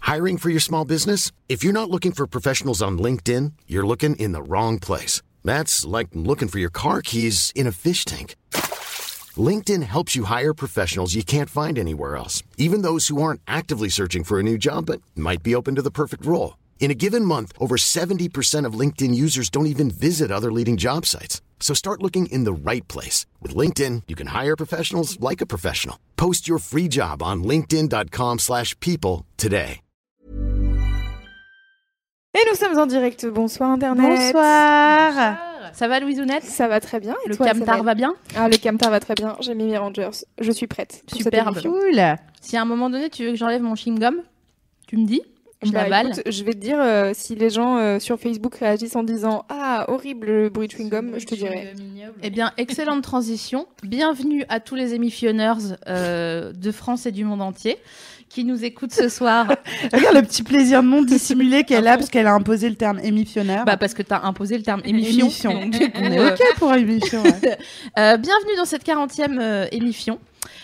Hiring for your small business? If you're not looking for professionals on LinkedIn, you're looking in the wrong place. That's like looking for your car keys in a fish tank. LinkedIn helps you hire professionals you can't find anywhere else, even those who aren't actively searching for a new job but might be open to the perfect role. In a given month, over 70% of LinkedIn users don't even visit other leading job sites. So start looking in the right place. With LinkedIn, you can hire professionals like a professional. Post your free job on linkedin.com/people today. Et nous sommes en direct. Bonsoir Internet. Bonsoir. Ça va Louisounette? Ça va très bien. Et le toi, camtar va bien? Ah, le camtar va très bien. J'ai mis mes Rangers. Je suis prête. Superbe. Cool. Si à un moment donné tu veux que j'enlève mon chewing-gum, tu me dis. Je l'avale. Écoute, je vais te dire si les gens sur Facebook réagissent en disant ah horrible le bruit de chewing-gum, je te dirai. Eh bien, excellente transition. Bienvenue à tous les émissionneurs de France et du monde entier qui nous écoutent ce soir. Regarde le petit plaisir non dissimulé qu'elle a parce qu'elle a imposé le terme émissionneur. Bah parce que t'as imposé le terme émission. Donc, on est ok pour émission. Ouais. Bienvenue dans cette 40e émission.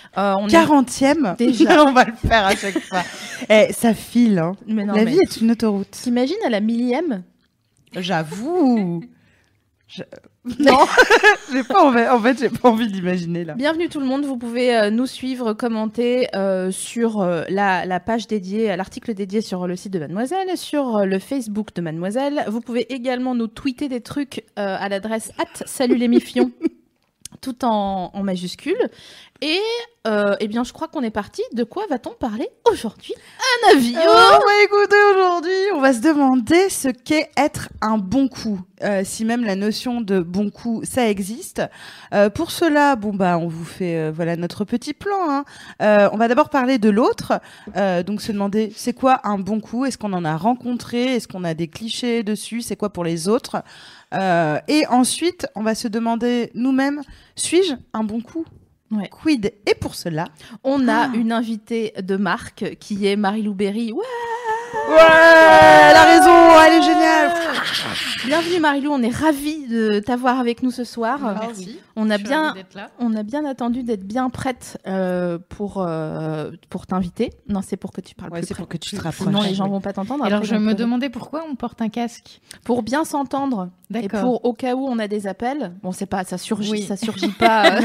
40e déjà. On va le faire à chaque fois. Ça file. Hein. La vie est une autoroute. T'imagines à la millième? J'avoue. Non, j'ai pas envie d'imaginer là. Bienvenue tout le monde, vous pouvez nous suivre, commenter sur la page dédiée, à l'article dédié sur le site de Mademoiselle, sur le Facebook de Mademoiselle. Vous pouvez également nous tweeter des trucs à l'adresse @salutlesmifions tout en majuscule. Et eh bien, je crois qu'on est parti. De quoi va-t-on parler aujourd'hui? Un avion. Écoutez, aujourd'hui, on va se demander ce qu'est être un bon coup. Si même la notion de bon coup, ça existe. Pour cela, on vous fait voilà notre petit plan. Hein. On va d'abord parler de l'autre. Donc se demander c'est quoi un bon coup? Est-ce qu'on en a rencontré? Est-ce qu'on a des clichés dessus? C'est quoi pour les autres? Et ensuite, on va se demander nous-mêmes, suis-je un bon coup? Ouais. Quid? Et pour cela, on a une invitée de marque qui est Marie-Lou Berry. Ouais, elle a raison, elle est géniale. Bienvenue Marie-Lou, on est ravis de t'avoir avec nous ce soir. Merci. On a bien attendu d'être bien prête pour t'inviter. Non, c'est pour que tu parles plus c'est près. pour que tu te rapproches. Sinon, les gens vont pas t'entendre. Alors, je me demandais pourquoi on porte un casque. Pour bien s'entendre. D'accord. Et pour au cas où on a des appels. Bon, c'est pas, ça surgit, Oui. ça surgit pas.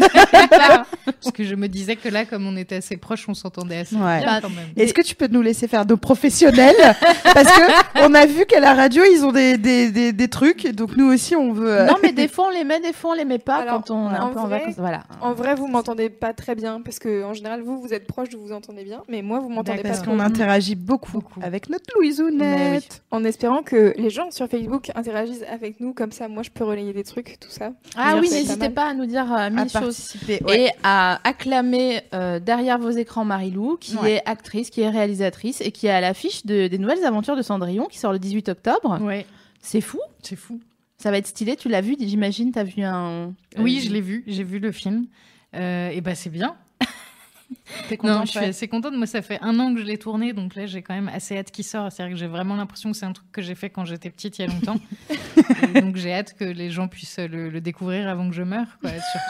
Parce que je me disais que là, comme on était assez proches, on s'entendait assez Ouais. bien quand même. Est-ce que tu peux nous laisser faire nos professionnels? Parce que on a vu qu'à la radio, ils ont des trucs. Donc nous aussi, on veut... Non, mais des fois, on les met, des fois, on les met pas. Alors, quand on est un peu en vrai, vacances. Voilà. En vrai, vous m'entendez pas très bien parce que en général, vous êtes proche, vous vous entendez bien, mais moi, vous m'entendez pas Parce trop. qu'on interagit beaucoup avec notre Louisounette. En espérant que les gens sur Facebook interagissent avec nous, comme ça, moi, je peux relayer des trucs, tout ça. Ah oui, C'est n'hésitez pas à nous dire mille À choses. participer. Et à acclamer derrière vos écrans Marie-Lou, qui Ouais. est actrice, qui est réalisatrice et qui est à l'affiche des nouvelles aventures de Cendrillon, qui sort le 18 octobre. Ouais, C'est fou. c'est fou. Ça va être stylé. Tu l'as vu, j'imagine. T'as vu un... Oui, je l'ai vu. J'ai vu le film. Et bah, c'est bien. T'es contente? Non, je suis assez contente. Moi, ça fait 1 an que je l'ai tourné, donc là, j'ai quand même assez hâte qu'il sorte. C'est-à-dire que j'ai vraiment l'impression que c'est un truc que j'ai fait quand j'étais petite il y a longtemps. Et donc, j'ai hâte que les gens puissent le découvrir avant que je meure, quoi,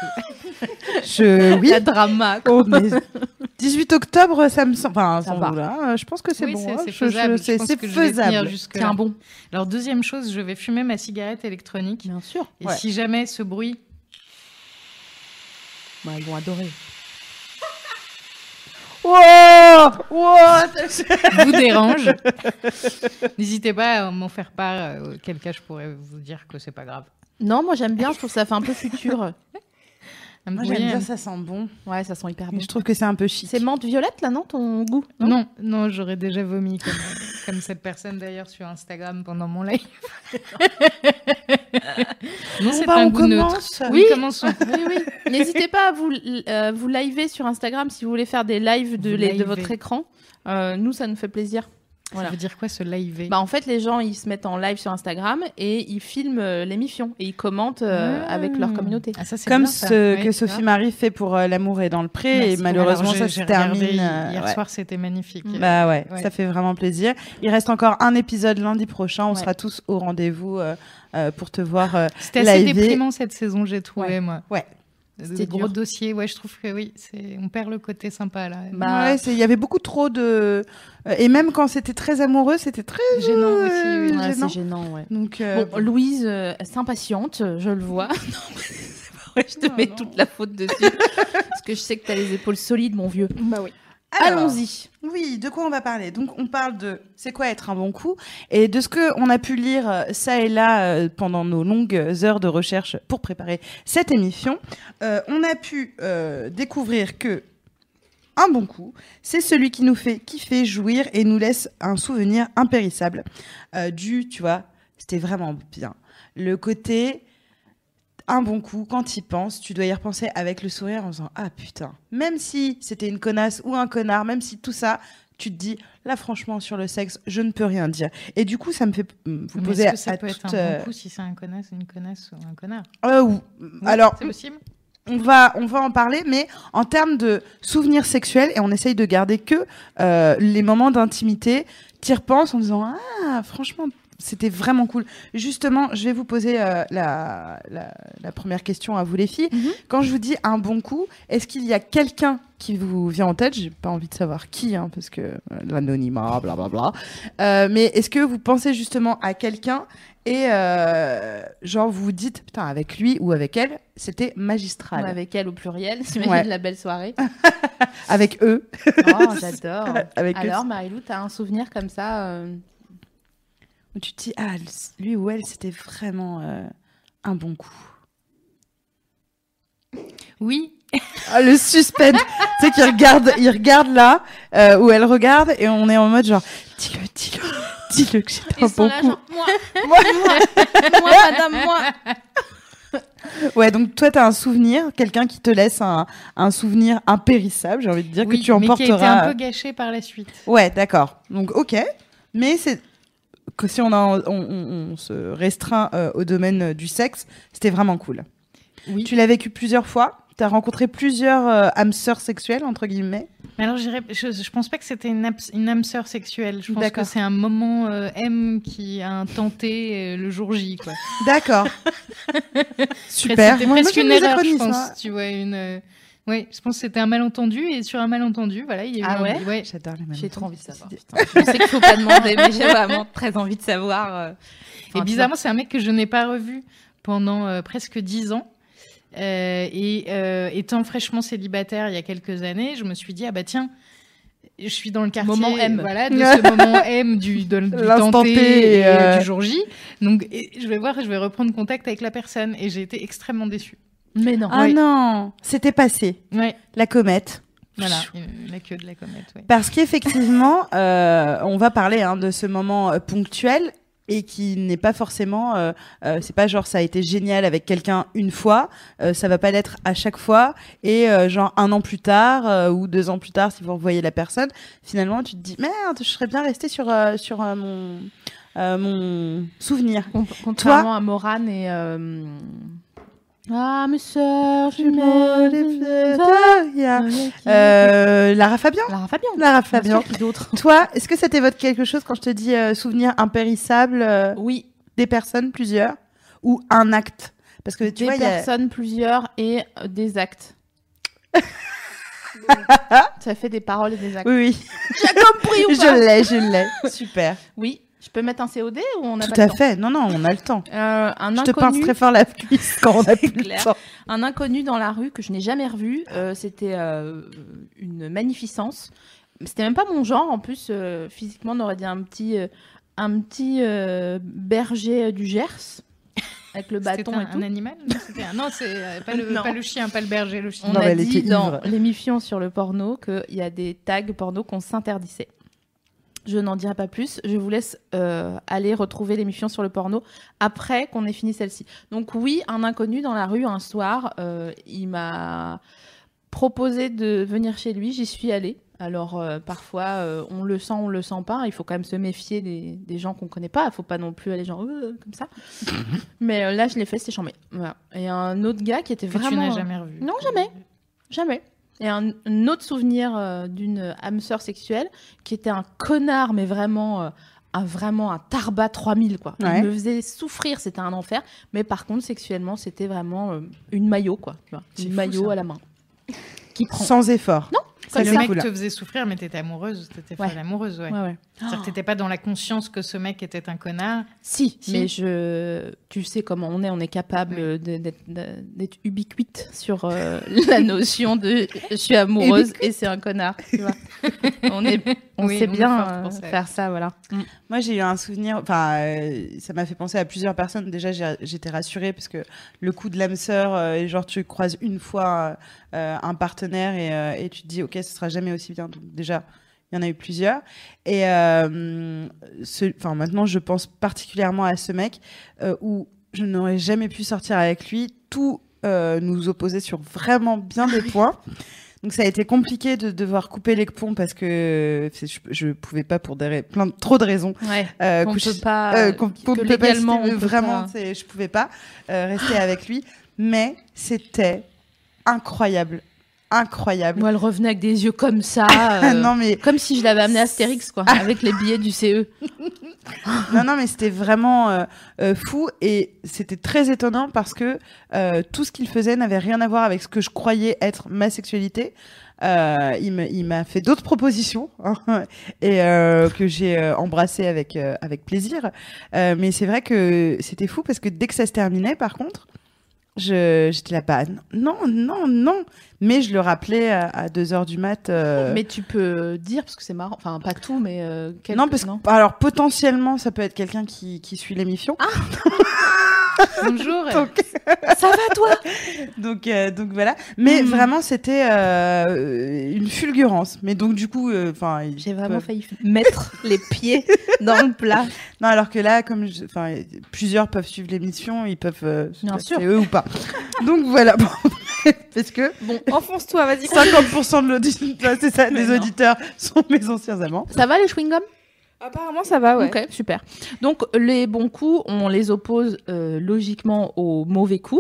surtout. Oui. La drama. Oh, mais 18 octobre, ça me semble... Enfin, Ça va. voilà, je pense que c'est Oui, bon. c'est faisable. Je pense C'est que je vais tenir faisable. jusque-là. C'est un bon. Alors, deuxième chose, je vais fumer ma cigarette électronique. Bien sûr. Et Ouais. si jamais ce bruit Ils vont adorer. vous dérange, n'hésitez pas à m'en faire part, auquel cas je pourrais vous dire que c'est pas grave. Non, moi j'aime bien. Je trouve que ça fait un peu futur. Moi, j'aime bien, ça sent bon. Ouais, ça sent hyper bon. Mais je trouve que c'est un peu chic. C'est menthe violette là, non, ton goût? Non, j'aurais déjà vomi comme cette personne d'ailleurs sur Instagram pendant mon live. Non, c'est un on goût neutre. commence. Oui, commençons. Oui. N'hésitez pas à vous liver sur Instagram si vous voulez faire des lives de votre écran. Nous, ça nous fait plaisir. Voilà. Ça veut dire quoi ce live? En fait, les gens, ils se mettent en live sur Instagram et ils filment l'émission et ils commentent avec leur communauté. Ah, ça, c'est Comme bien, ça. ce Oui, que tu vois. Sophie Marie fait pour L'amour est dans le pré. Merci. Et malheureusement, Alors, ça j'ai se termine. regardé hier ouais. soir, c'était magnifique. Bah ouais, Ouais. ça fait vraiment plaisir. Il reste encore un épisode lundi prochain. On Ouais. sera tous au rendez-vous pour te voir C'était assez liver. déprimant cette saison, j'ai trouvé, moi. Ouais. C'était gros dur. dossiers. Ouais, je trouve que oui, on perd le côté sympa là. Ouais, il y avait beaucoup trop de... Et même quand c'était très amoureux, c'était très... Gênant aussi, oui. Ouais, gênant. c'est gênant, ouais. Donc, Bon, Louise s'impatiente, je le vois. Non, mais c'est pas vrai, je te mets toute la faute dessus. Parce que je sais que t'as les épaules solides, mon vieux. Bah oui. Alors, Allons-y. Oui, de quoi on va parler? Donc, on parle de c'est quoi être un bon coup et de ce qu'on a pu lire ça et là pendant nos longues heures de recherche pour préparer cette émission. On a pu découvrir que un bon coup, c'est celui qui nous fait kiffer, jouir et nous laisse un souvenir impérissable. Tu vois, c'était vraiment bien. Le côté... Un bon coup, quand tu y penses, tu dois y repenser avec le sourire en disant « Ah putain !» Même si c'était une connasse ou un connard, même si tout ça, tu te dis « Là, franchement, sur le sexe, je ne peux rien dire. » Et du coup, ça me fait vous poser est-ce que ça peut toute... être un bon coup si c'est un connasse, une connasse ou un connard? Oui. Alors, c'est possible. on va en parler, mais en termes de souvenirs sexuels, et on essaye de garder que les moments d'intimité, tu y repenses en disant « Ah, franchement, c'était vraiment cool. » Justement, je vais vous poser la première question à vous les filles. Quand je vous dis un bon coup, est-ce qu'il y a quelqu'un qui vous vient en tête? J'ai pas envie de savoir qui, parce que l'anonymat, blablabla. Mais est-ce que vous pensez justement à quelqu'un et genre vous vous dites putain, avec lui ou avec elle, c'était magistral. Ouais, avec elle au pluriel, t'imagines Ouais. la belle soirée. Avec eux. Oh, j'adore. Avec Alors, eux. Marilou, t'as un souvenir comme ça Où tu te dis ah, lui ou elle, c'était vraiment un bon coup. Oui. Ah, le suspense. Tu sais qu'il regarde là, où elle regarde, et on est en mode genre, dis-le que c'était un Ils sont bon là, coup. genre, moi, madame, moi. Ouais, donc toi, t'as un souvenir, quelqu'un qui te laisse un souvenir impérissable, j'ai envie de dire, Oui, que tu mais qui a été emporteras. un peu gâché par la suite. Ouais, d'accord. Donc, ok. Mais c'est que si on se restreint au domaine du sexe, c'était vraiment cool. Oui. Tu l'as vécu plusieurs fois. Tu as rencontré plusieurs âmes sœurs sexuelles, entre guillemets. Mais alors, je pense pas que c'était une âme sœur sexuelle. Je pense D'accord. que c'est un moment M qui a tenté le jour J, quoi. D'accord. Super. C'était Moi, presque j'aime une les erreur, je acronymes, pense. hein. Tu vois, ouais, je pense que c'était un malentendu, et sur un malentendu, voilà, il y a eu Ah ouais ouais. J'adore les mêmes. J'ai trop envie de savoir. Putain. Je sais qu'il faut pas demander, mais j'ai vraiment très envie de savoir. Et bizarrement, c'est un mec que je n'ai pas revu pendant presque 10 ans. Étant fraîchement célibataire il y a quelques années, je me suis dit, ah bah tiens, je suis dans le quartier Moment M. voilà, de ce moment M du L'instant tenté T, et du jour J. Donc je vais reprendre contact avec la personne, et j'ai été extrêmement déçue. Mais non. Ah Ouais. non, c'était passé. Ouais, La comète. voilà, la queue de la comète. Ouais. Parce qu'effectivement, on va parler de ce moment ponctuel et qui n'est pas forcément, c'est pas genre ça a été génial avec quelqu'un une fois, ça va pas l'être à chaque fois, et genre 1 an plus tard ou 2 ans plus tard, si vous revoyez la personne, finalement tu te dis merde, je serais bien restée sur mon souvenir. Contrairement à Morane et. Ah, mes sœurs jumelles. Lara Fabian. Lara Fabian. Lara Fabian. Qui d'autre? Toi, est-ce que ça t'évoque quelque chose quand je te dis souvenir impérissable Oui, des personnes, plusieurs, ou un acte? Parce que tu des vois, il y a... personnes, plusieurs, et des actes. Ça fait des paroles et des actes. Oui, oui. J'ai compris ou pas? Je l'ai. Super. Oui. Je peux mettre un COD ou on a Tout pas à le temps? fait. Non, on a le temps. Un Je te pince inconnu, très fort la cuisse quand on a plus le clair. temps. un inconnu dans la rue que je n'ai jamais revu. C'était une magnificence. C'était même pas mon genre. En plus, physiquement, on aurait dit un petit berger du Gers avec le bâton C'était et tout. un animal? Non, c'est pas le chien, pas le berger, le chien. On Non, mais a elle dit était dans ivre. l'émission sur le porno qu'il y a des tags porno qu'on s'interdisait. Je n'en dirai pas plus. Je vous laisse aller retrouver l'émission sur le porno après qu'on ait fini celle-ci. Donc oui, un inconnu dans la rue un soir, il m'a proposé de venir chez lui. J'y suis allée. Alors parfois, on le sent pas. Il faut quand même se méfier des gens qu'on connaît pas. Il faut pas non plus aller genre comme ça. Mais là, je l'ai fait, c'était chambé. Voilà. Et un autre gars qui était Que vraiment... tu n'as jamais revu. Non, jamais. Et un autre souvenir d'une âme sœur sexuelle qui était un connard, mais vraiment vraiment un Tarba 3000, quoi. Ouais. Il me faisait souffrir, c'était un enfer. Mais par contre, sexuellement, c'était vraiment une maillot, quoi. Tu vois, C'est une fou, maillot ça. à la main. Qui prend. Sans effort. Non, ça, le c'est mec cool. te faisait souffrir, mais t'étais amoureuse, t'étais folle amoureuse, ouais. Ouais. C'est-à-dire que t'étais pas dans la conscience que ce mec était un connard. Si, Si. mais tu sais comment on est capable d'être ubiquite sur la notion de je suis amoureuse et c'est un connard. Tu vois. on Oui, sait on est bien forte pour ça. faire ça, voilà. Moi, j'ai eu un souvenir, ça m'a fait penser à plusieurs personnes. Déjà, j'étais rassurée parce que le coup de l'âme sœur, genre tu croises une fois un partenaire et tu te dis, ok, ce sera jamais aussi bien. Donc déjà, il y en a eu plusieurs. Et maintenant, je pense particulièrement à ce mec où je n'aurais jamais pu sortir avec lui. Tout nous opposait sur vraiment bien des points. Donc ça a été compliqué de devoir couper les ponts parce que je pouvais pas pour trop de raisons. Ouais. Qu'on Peut pas. qu'on que ne peut pas légalement, citer, mais on peut vraiment, pas. je pouvais pas rester avec lui. Mais c'était incroyable. Moi, elle revenait avec des yeux comme ça. Non, mais Comme si je l'avais amené à Astérix, quoi, avec les billets du CE. non, mais c'était vraiment fou et c'était très étonnant parce que tout ce qu'il faisait n'avait rien à voir avec ce que je croyais être ma sexualité. Il m'a fait d'autres propositions et que j'ai embrassées avec plaisir. Mais c'est vrai que c'était fou parce que dès que ça se terminait, par contre, j'étais là, bah non. Mais je le rappelais à 2h du mat. Mais tu peux dire, parce que c'est marrant, enfin pas tout, mais Non, parce que alors potentiellement, ça peut être quelqu'un qui suit l'émission. Bonjour. Donc, Ça va, toi? donc voilà. Mais vraiment, c'était une fulgurance. Mais donc du coup, J'ai vraiment failli mettre les pieds dans le plat. Non, alors que là, comme plusieurs peuvent suivre l'émission, ils peuvent Bien sûr. c'est eux ou pas. Donc voilà. Bon, parce que Bon, enfonce-toi, vas-y. 50% de l'auditeur, c'est ça, Mais des non. auditeurs sont mes anciens amants. Ça va, les chewing-gums? Apparemment, ça va, ouais. Ok, super. Donc, les bons coups, on les oppose logiquement aux mauvais coups.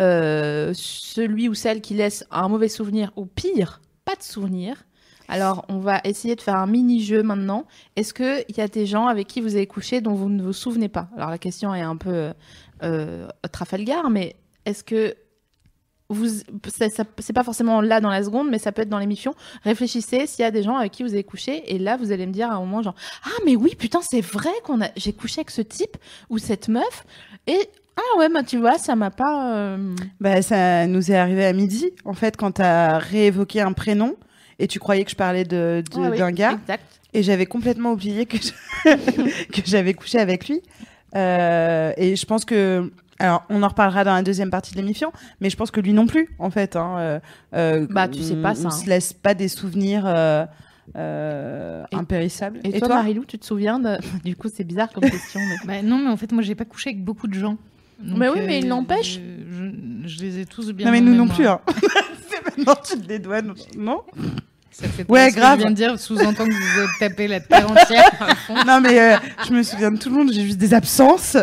Celui ou celle qui laisse un mauvais souvenir, ou pire, pas de souvenir. Alors, on va essayer de faire un mini-jeu maintenant. Est-ce qu'il y a des gens avec qui vous avez couché dont vous ne vous souvenez pas? Alors, la question est un peu Trafalgar, mais est-ce que c'est pas forcément là dans la seconde, mais ça peut être dans l'émission. Réfléchissez s'il y a des gens avec qui vous avez couché, et là vous allez me dire à un moment genre mais oui putain c'est vrai j'ai couché avec ce type ou cette meuf, et ouais bah tu vois ça m'a pas. Bah ça nous est arrivé à midi en fait quand t'as réévoqué un prénom et tu croyais que je parlais d'un gars, exact. et j'avais complètement oublié que j'avais couché avec lui. Et je pense que alors, on en reparlera dans la deuxième partie de l'émission, mais je pense que lui non plus, en fait. Tu sais pas ça. On se laisse pas des souvenirs impérissables. Et toi, Marilou, tu te souviens du coup, c'est bizarre comme question. Mais... Non, mais en fait, moi, j'ai pas couché avec beaucoup de gens. Donc, mais oui, mais il n'empêche. Je les ai tous bien. Non, mais en nous mémoire. non plus. Hein. C'est maintenant tu te dédouanes, non? Ça fait Ouais, ce que grave. je viens de dire sous-entend que vous avez tapé la terre entière. à fond. Non, mais je me souviens de tout le monde, j'ai juste des absences.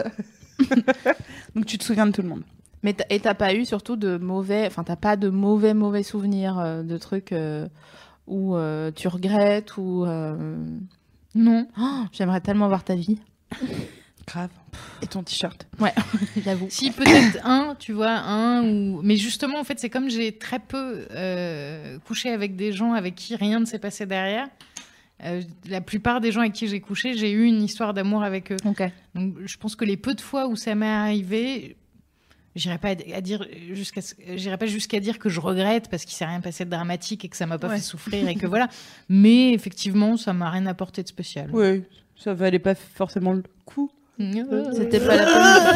Donc tu te souviens de tout le monde. Mais t'as pas eu surtout de mauvais, enfin t'as pas de mauvais souvenirs de trucs où tu regrettes ou Non. J'aimerais tellement voir ta vie. Grave. Et ton t-shirt. Ouais, j'avoue. Si peut-être tu vois, mais justement en fait c'est comme j'ai très peu couché avec des gens avec qui rien ne s'est passé derrière. La plupart des gens avec qui j'ai couché, j'ai eu une histoire d'amour avec eux. Ok. Donc, je pense que les peu de fois où ça m'est arrivé, j'irai pas jusqu'à dire que je regrette parce qu'il s'est rien passé de dramatique et que ça m'a pas fait souffrir et que voilà. Mais effectivement, ça m'a rien apporté de spécial. Oui, ça valait pas forcément le coup. C'était pas la peine.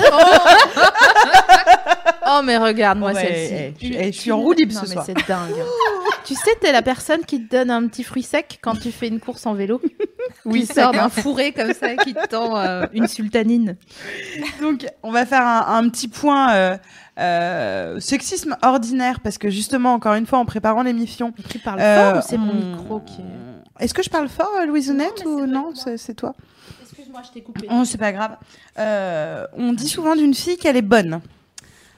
Oh mais regarde-moi celle-ci. Je suis en roue libre ce soir. Non mais c'est dingue. Tu sais, t'es la personne qui te donne un petit fruit sec quand tu fais une course en vélo. Oui, qui sort d'un fourré comme ça, qui te tend une sultanine. Donc, on va faire un petit point sexisme ordinaire, parce que justement, encore une fois, en préparant l'émission... Tu parles fort ou c'est mon micro qui est... Est-ce que je parle fort, Louisounette, ou non, c'est toi? Excuse-moi, je t'ai coupé. Oh, c'est pas grave. On dit souvent d'une fille qu'elle est bonne.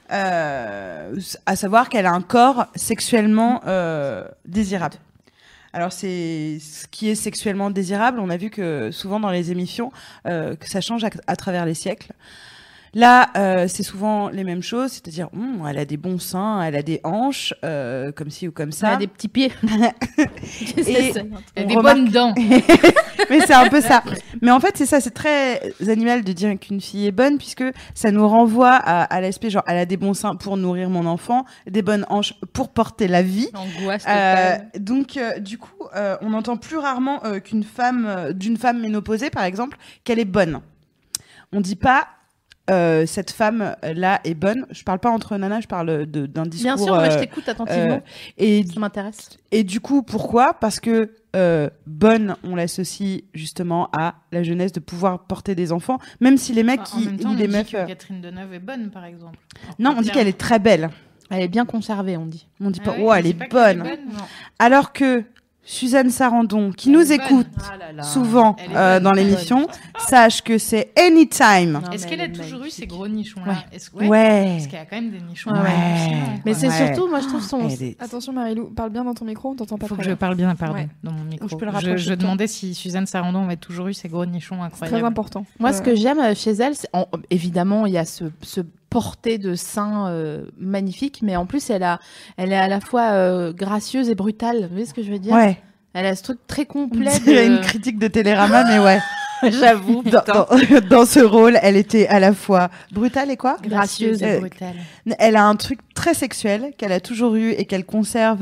À savoir qu'elle a un corps sexuellement désirable. Alors c'est ce qui est sexuellement désirable. On a vu que souvent dans les émissions, que ça change à travers les siècles. Là, c'est souvent les mêmes choses, c'est-à-dire, elle a des bons seins, elle a des hanches, comme ci ou comme ça. Elle a des petits pieds. Et Elle a des bonnes dents. Mais c'est un peu ça. Mais en fait, c'est ça, c'est très animal de dire qu'une fille est bonne, puisque ça nous renvoie à l'aspect, genre, elle a des bons seins pour nourrir mon enfant, des bonnes hanches pour porter la vie. L'angoisse totale. Donc, du coup, on entend plus rarement d'une femme ménopausée, par exemple, qu'elle est bonne. On dit pas cette femme-là est bonne. Je parle pas entre nanas, je parle d'un discours. Bien sûr, moi je t'écoute attentivement. Ça m'intéresse. Et du coup, pourquoi ? Parce que bonne, on l'associe justement à la jeunesse de pouvoir porter des enfants, même si les mecs En même temps, ou on les dit meufs. que Catherine Deneuve est bonne, par exemple. Non, on dit qu'elle est très belle. Elle est bien conservée, on dit. On dit pas, Ah ouais, oh, on elle dit est pas qu'elle bonne. Non. Alors que Suzanne Sarandon, qui Elle nous est bonne. écoute Ah là là. souvent Elle est bonne, dans elle est l'émission, sache que c'est anytime. Non, Est-ce mais qu'elle a elle est toujours eu magnifique. ces gros nichons-là Ouais. Parce qu'il y a quand même des nichons. Ouais. hallucinants, Mais quoi. c'est Ouais. surtout, moi je trouve son. Elle est- Attention Marilou, parle bien dans ton micro, on t'entend pas Faut très que je bien. parle bien, pardon, Ouais. dans mon micro. Je peux le rapprocher Je de toi. demandais si Suzanne Sarandon avait toujours eu ces gros nichons C'est incroyables. très important. Moi, ce que j'aime chez elle, évidemment, il y a ce portée de seins magnifique, mais en plus, elle est à la fois gracieuse et brutale. Vous voyez ce que je veux dire ? Ouais. Elle a ce truc très On complet. dirait une critique de Télérama, mais ouais. J'avoue. Dans ce rôle, elle était à la fois brutale et quoi ? Gracieuse et brutale. Elle a un truc très sexuel qu'elle a toujours eu et qu'elle conserve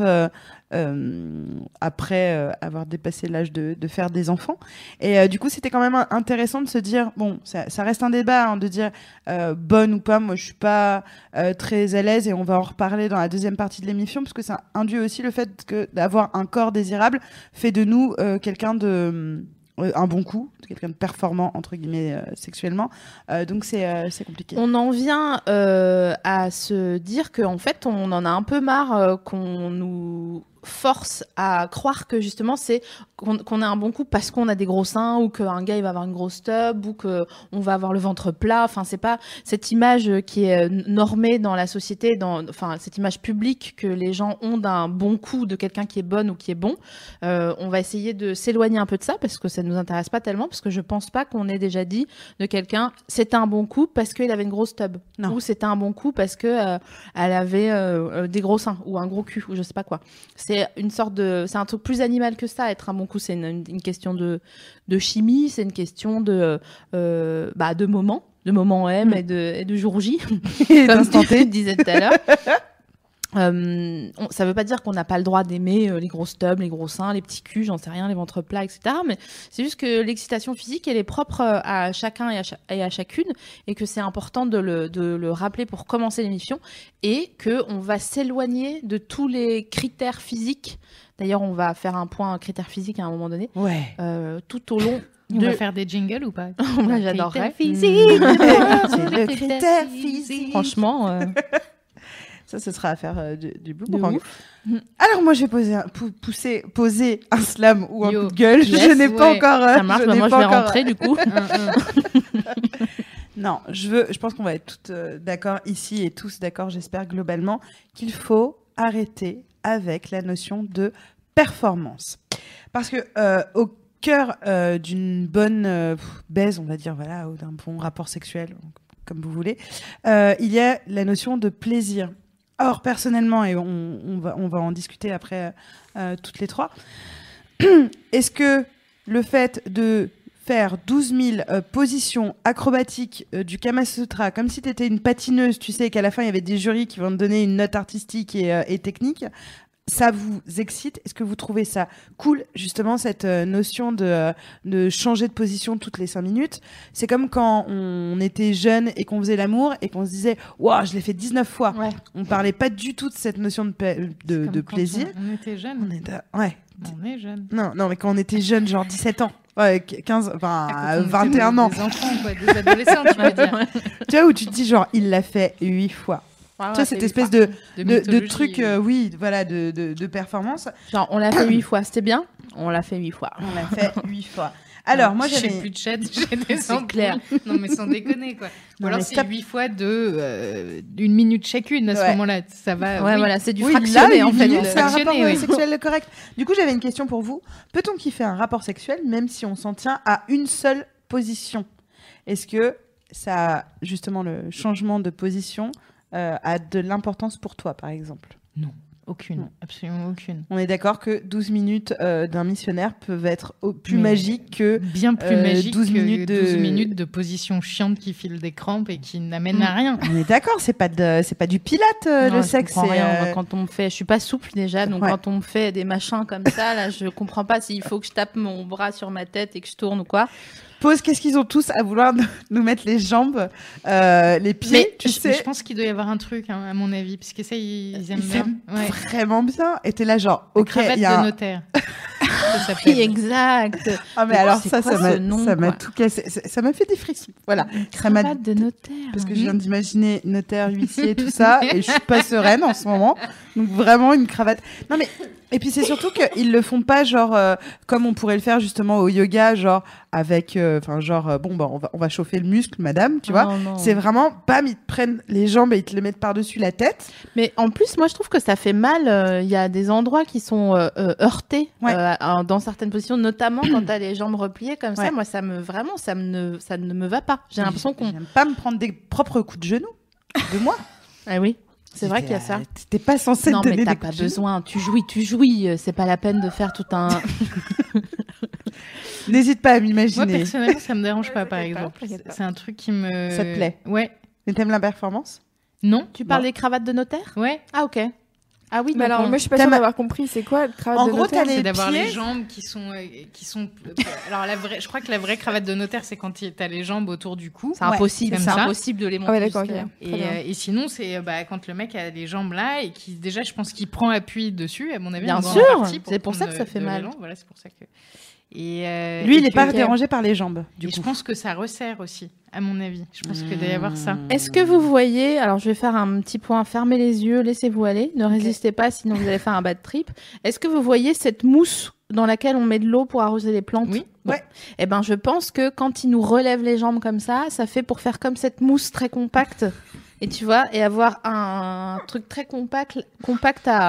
après avoir dépassé l'âge de faire des enfants. Et du coup, c'était quand même intéressant de se dire, bon, ça reste un débat, hein, de dire bonne ou pas. Moi, je suis pas très à l'aise et on va en reparler dans la deuxième partie de l'émission parce que ça induit aussi le fait que d'avoir un corps désirable fait de nous quelqu'un de un bon coup, quelqu'un de performant entre guillemets sexuellement. Donc c'est compliqué. On en vient à se dire qu'en fait, on en a un peu marre qu'on nous force à croire que justement c'est qu'on a un bon coup parce qu'on a des gros seins ou qu'un gars il va avoir une grosse tub ou que on va avoir le ventre plat. Enfin, c'est pas cette image qui est normée dans la société, enfin cette image publique que les gens ont d'un bon coup de quelqu'un qui est bonne ou qui est bon. On va essayer de s'éloigner un peu de ça parce que ça nous intéresse pas tellement, parce que je pense pas qu'on ait déjà dit de quelqu'un c'était un bon coup parce qu'il avait une grosse tub, Non. ou c'était un bon coup parce que elle avait des gros seins ou un gros cul ou je sais pas quoi. C'est un truc plus animal que ça. Être un bon coup, c'est une question de chimie, c'est une question de moment M et de jour J, comme tu disais tout à l'heure. Ça veut pas dire qu'on n'a pas le droit d'aimer les grosses tubs, les gros seins, les petits culs, j'en sais rien, les ventres plats, etc. Mais c'est juste que l'excitation physique, elle est propre à chacun et à chacune, et que c'est important de le rappeler pour commencer l'émission, et qu'on va s'éloigner de tous les critères physiques. D'ailleurs, on va faire un point critères physiques à un moment donné, Ouais. tout au long. On va faire des jingles ou pas? Moi, j'adorerais. C'est le critère physique. Franchement. Ça, ce sera à faire du De boomerang. ouf. Alors moi, je vais poser un slam ou un Yo. coup de gueule. Yes, je n'ai pas ouais. encore. Ça marche, moi je vais rentrer du coup. Non, je pense qu'on va être toutes d'accord ici et tous d'accord, j'espère globalement, qu'il faut arrêter avec la notion de performance. Parce que au cœur d'une bonne baise, on va dire, voilà, ou d'un bon rapport sexuel, comme vous voulez, il y a la notion de plaisir. Or, personnellement, et on va en discuter après toutes les trois, est-ce que le fait de faire 12 000 positions acrobatiques du Kama Sutra, comme si tu étais une patineuse, tu sais qu'à la fin, il y avait des jurys qui vont te donner une note artistique et technique, ça vous excite? Est-ce que vous trouvez ça cool, justement, cette notion de changer de position toutes les 5 minutes? C'est comme quand on était jeune et qu'on faisait l'amour et qu'on se disait « Waouh, je l'ai fait 19 fois Ouais. ». On parlait pas du tout de cette notion de Comme quand plaisir. On était jeunes. Ouais. On est jeunes. Non, mais quand on était jeune, genre 17 ans, ouais, 15, enfin, Quand on était 21 ans, Des enfants, quoi, des adolescents, tu veux dire. tu vois, où tu te dis genre, il l'a fait 8 fois. Ah, Tu vois, cette espèce de mythologie, truc, oui, voilà, de performance, Genre, on l'a fait 8 fois, c'était bien. On l'a fait 8 fois. on l'a fait 8 fois. Alors, moi, j'ai j'avais... plus de chat, j'ai des C'est ampoules. clair. Non, mais sans déconner, quoi. Ou Non, alors mais c'est stop. 8 fois de 1 minute chacune à ce Ouais. moment-là. Ça va. Ouais, oui. voilà, c'est du Oui, fractionné là, en fait. minutes, c'est un Fractionné, rapport oui. sexuel correct. Du coup, j'avais une question pour vous. Peut-on kiffer un rapport sexuel même si on s'en tient à une seule position? Est-ce que ça, justement, le changement de position a de l'importance pour toi, par exemple? Aucune, Non. absolument aucune. On est d'accord que 12 minutes d'un missionnaire peuvent être plus Mais magiques que... Bien plus magique 12 que minutes de- 12 minutes de position chiante qui file des crampes et qui n'amène à rien. On est d'accord, c'est pas du pilate, le Non, je sexe. comprends c'est, rien. Moi, quand on me fait, je suis pas souple déjà, donc Ouais. quand on me fait des machins comme ça, là, je comprends pas s'il faut que je tape mon bras sur ma tête et que je tourne ou quoi. Pause, qu'est-ce qu'ils ont tous à vouloir nous mettre les jambes, les pieds, Mais tu sais. je pense qu'il doit y avoir un truc, hein, à mon avis, parce que ça, ils aiment Ils bien. aiment Ouais. vraiment bien. Et t'es là genre, ok, Cravate il y a de un... notaire. Ça s'appelle. Oui, exact. Ah mais Mais alors c'est ça, quoi ça m'a ce nom, ça m'a quoi tout cassé. Ça m'a fait des frissons. Voilà. Ça m'a Cravate de notaire. parce que je viens d'imaginer notaire, huissier, tout ça, et je suis pas sereine en ce moment. Donc vraiment une cravate. Non mais et puis c'est surtout qu'ils le font pas genre comme on pourrait le faire justement au yoga, genre avec, enfin bon bah on va chauffer le muscle, madame, tu vois. Non, non. C'est vraiment bam, ils te prennent les jambes et ils te les mettent par-dessus la tête. Mais en plus, moi, je trouve que ça fait mal. Il y a des endroits qui sont heurtés Ouais. dans certaines positions, notamment quand t'as les jambes repliées comme Ouais. ça. Moi, ça ne me va pas. J'ai l'impression qu'on. J'aime pas me prendre des propres coups de genoux de moi. Ah oui, c'est vrai qu'il y a ça. T'es pas censé Non, te donner mais t'as des pas coups de genoux. besoin. Tu jouis. C'est pas la peine de faire tout un. N'hésite pas à Moi, m'imaginer. personnellement, ça me dérange pas, par t'inquiète pas, exemple. t'inquiète pas. C'est un truc qui me. Ça te plaît? Ouais. Mais t'aimes la performance? Non. Tu parles Bon. des cravates de notaire? Ouais. Ah ok. Ah oui. Mais donc alors, on- moi, je suis pas T'aimes- sûre d'avoir compris. C'est quoi, le cravate En de gros, notaire t'as les C'est d'avoir pieds. les jambes qui sont. Alors, je crois que la vraie cravate de notaire, c'est quand t'as les jambes autour du cou. c'est impossible. comme C'est ça. impossible de les monter. Ah ouais, d'accord, jusque-là. ok. Et, Très bien. et sinon, c'est quand le mec a les jambes là et qui, déjà, je pense qu'il prend appui dessus, à mon avis. Bien en grande sûr, partie, c'est pour ça prendre que ça fait de mal. l'élan. Voilà, c'est pour ça que. Lui, il et est pas que- dérangé par les jambes, du Et coup. je pense que ça resserre aussi, à mon avis. Je pense qu'il doit y avoir ça. Est-ce que vous voyez, alors je vais faire un petit point, fermez les yeux, laissez-vous aller, ne résistez pas sinon vous allez faire un bad trip. Est-ce que vous voyez cette mousse dans laquelle on met de l'eau pour arroser les plantes? Oui. Bon. Ouais. Eh ben je pense que quand il nous relève les jambes comme ça fait pour faire comme cette mousse très compacte. Et tu vois, et avoir un truc très compact à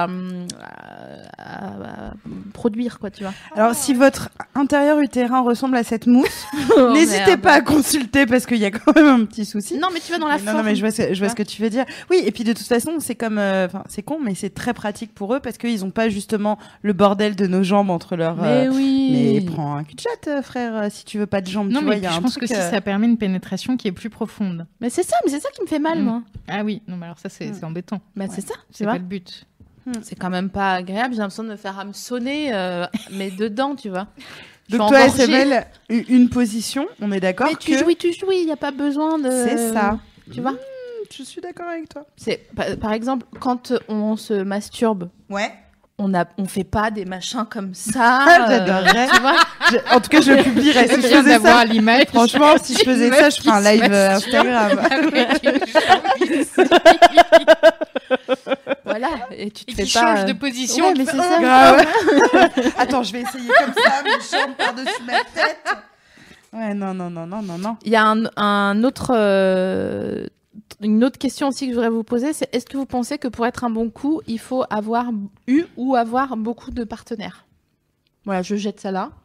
produire, quoi, tu vois. Alors, si votre intérieur utérin ressemble à cette mousse, Oh, n'hésitez merde. pas à consulter parce qu'il y a quand même un petit souci. Non, mais tu vas dans la Non, forme. non, mais je vois ce que tu veux dire. Oui, et puis de toute façon, c'est comme, enfin, c'est con, mais c'est très pratique pour eux parce qu'ils ont pas justement le bordel de nos jambes entre leurs. Mais oui. Mais prends un cul de chatte, frère, si tu veux pas de jambes. Non, tu mais vois, il y a je un pense truc, que si ça permet une pénétration qui est plus profonde. Mais c'est ça qui me fait mal, Mm. moi. Ah oui, non, mais alors ça, c'est embêtant. Bah, c'est ça, tu C'est vois. pas le but. C'est quand même pas agréable. J'ai l'impression de me faire hameçonner, mais dedans, tu vois. Je Donc suis toi, engorgée. SML, une position, on est d'accord Mais que tu jouis, il n'y a pas besoin de. c'est ça. Tu vois. Je suis d'accord avec toi. C'est par exemple quand on se masturbe, Ouais. on fait pas des machins comme ça. J'adorerais. Tu vois. En tout cas, je le publierais. Si je Je viens faisais d'avoir ça, l'image. franchement, si je faisais ça, je ferais un live Instagram. Avec une jambe Voilà. Et tu te et fais qui pas. change de position. Ouais, qui mais fait- c'est ça. Grave. Attends, je vais essayer comme ça, mes jambes par-dessus ma tête. Ouais, non. Il y a un autre. Une autre question aussi que je voudrais vous poser, c'est est-ce que vous pensez que pour être un bon coup, il faut avoir eu ou avoir beaucoup de partenaires? Voilà, je jette ça là.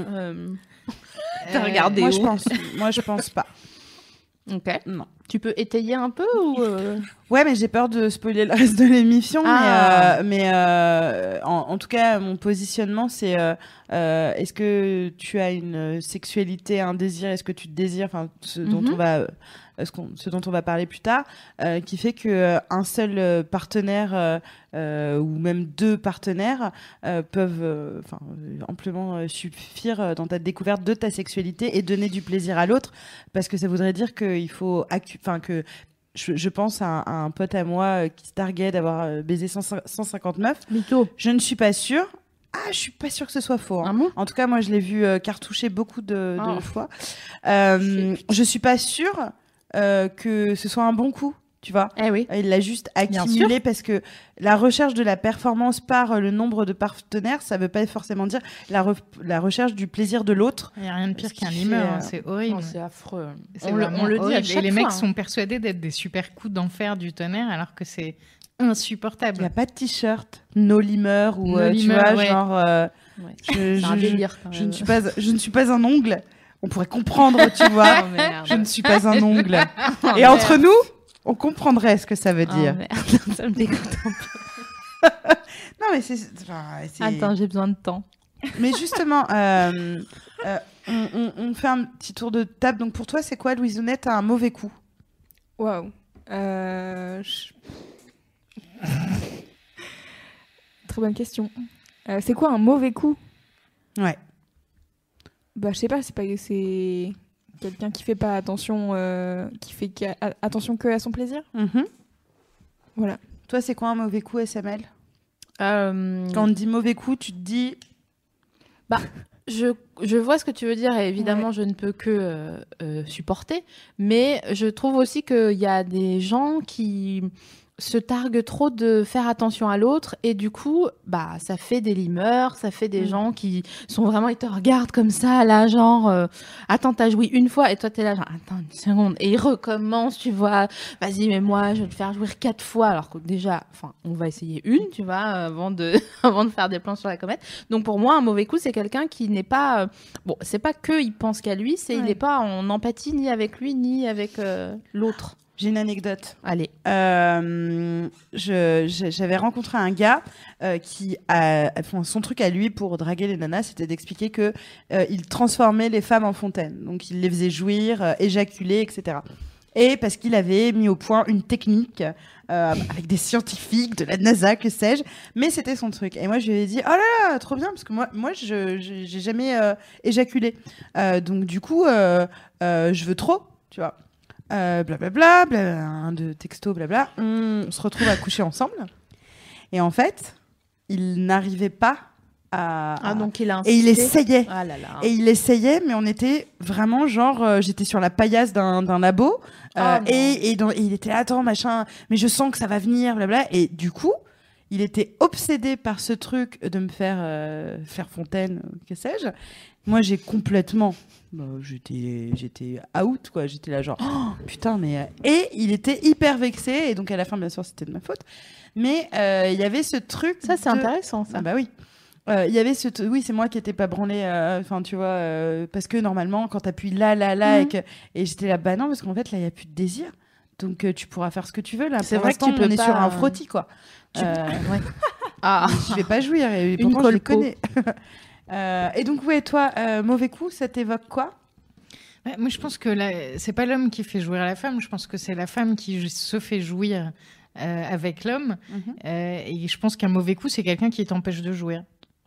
T'as regardé Moi, où je pense pas. Ok. Non. Tu peux étayer un peu ou Ouais, mais j'ai peur de spoiler le reste de l'émission. Ah. Mais en tout cas, mon positionnement, c'est est-ce que tu as une sexualité, un désir, est-ce que tu te désires, enfin, ce dont on va parler plus tard, qui fait que un seul partenaire ou même deux partenaires peuvent amplement suffire dans ta découverte de ta sexualité et donner du plaisir à l'autre, parce que ça voudrait dire qu'il faut que je pense à un pote à moi qui se targuait d'avoir baisé 159. mytho? Je ne suis pas sûre. Ah, je suis pas sûre que ce soit faux. Hein. Ah bon? En tout cas, moi, je l'ai vu cartoucher beaucoup de Oh. fois. Je suis pas sûre que ce soit un bon coup. tu vois. Eh oui. Il l'a juste Bien accumulé parce que la recherche de la performance par le nombre de partenaires, ça veut pas forcément dire la recherche du plaisir de l'autre. Il n'y a rien de pire Ce qu'un qui limer, fait, hein, c'est horrible. C'est affreux. C'est On vraiment le dit à horrible. chaque Et les fois, mecs hein. sont persuadés d'être des super coups d'enfer du tonnerre alors que c'est insupportable. Il n'y a pas de t-shirt no limer ou No tu limer, vois ouais. genre Ouais. je, C'est un je- délire, quand je même. ne suis pas un ongle. On pourrait comprendre, tu vois. Oh, merde. Je ne suis pas un ongle. Oh, Et merde. entre nous, on comprendrait ce que ça veut Oh, dire. merde. Ça me dégoûte un peu. Non mais c'est Attends, j'ai besoin de temps. Mais justement, on fait un petit tour de table. Donc pour toi, c'est quoi, Louisounette, un mauvais coup? Waouh. Très bonne question. C'est quoi un mauvais coup? Ouais. Bah, je sais pas, c'est quelqu'un qui fait pas attention, attention que à son plaisir. Mhm. Voilà. Toi, c'est quoi un mauvais coup, SML? Euh, Quand on te dit mauvais coup, tu te dis... Je vois ce que tu veux dire et évidemment, je ne peux que supporter. Mais je trouve aussi qu'il y a des gens qui se targuent trop de faire attention à l'autre et du coup, bah, ça fait des limeurs, ça fait des gens qui sont vraiment, ils te regardent comme ça, là, genre, attends, t'as joué une fois et toi, t'es là, genre, attends une seconde. Et ils recommencent, tu vois, vas-y, mais moi, je vais te faire jouer 4 fois. Alors que déjà, enfin, on va essayer une, tu vois, avant de faire des plans sur la comète. Donc pour moi, un mauvais coup, c'est quelqu'un qui n'est pas... bon, c'est pas que il pense qu'à lui, c'est il n'est pas en empathie ni avec lui, ni avec l'autre. J'ai une anecdote. Allez. J'avais rencontré un gars qui enfin, son truc à lui pour draguer les nanas, c'était d'expliquer que il transformait les femmes en fontaines. Donc il les faisait jouir, éjaculer, etc. Et parce qu'il avait mis au point une technique avec des scientifiques de la NASA, que sais-je, mais c'était son truc. Et moi, je lui ai dit, oh là là, trop bien, parce que moi j'ai jamais éjaculé. Donc du coup, je veux trop, tu vois. Blablabla, de texto, blabla. On se retrouve à coucher ensemble. Et en fait, il n'arrivait pas à... donc il a Et il insisté. essayait. Ah là là. Et il essayait, mais on était vraiment genre... j'étais sur la paillasse d'un labo. Et il était là, attends, machin, mais je sens que ça va venir, blabla. Et du coup, il était obsédé par ce truc de me faire fontaine, que sais-je. Moi, j'ai complètement... j'étais out, quoi. J'étais là genre, oh, putain, mais... Et il était hyper vexé. Et donc, à la fin, bien sûr, c'était de ma faute. Mais il y avait ce truc... Ça, c'est intéressant, ça. Ah bah oui. Il y avait oui, c'est moi qui n'étais pas branlée, enfin tu vois, parce que normalement quand t'appuies là et j'étais là, bah non, parce qu'en fait là il y a plus de désir, donc tu pourras faire ce que tu veux là. C'est Pour vrai que l'instant, tu peux on est pas, sur un frottis quoi. Ouais. Ah. Je vais pas jouir et Une pourtant je le colpo. connais. Et donc ouais, toi, mauvais coup, ça t'évoque quoi? Ouais, moi, je pense que c'est pas l'homme qui fait jouir la femme. Je pense que c'est la femme qui se fait jouir avec l'homme. Et je pense qu'un mauvais coup, c'est quelqu'un qui t'empêche de jouir.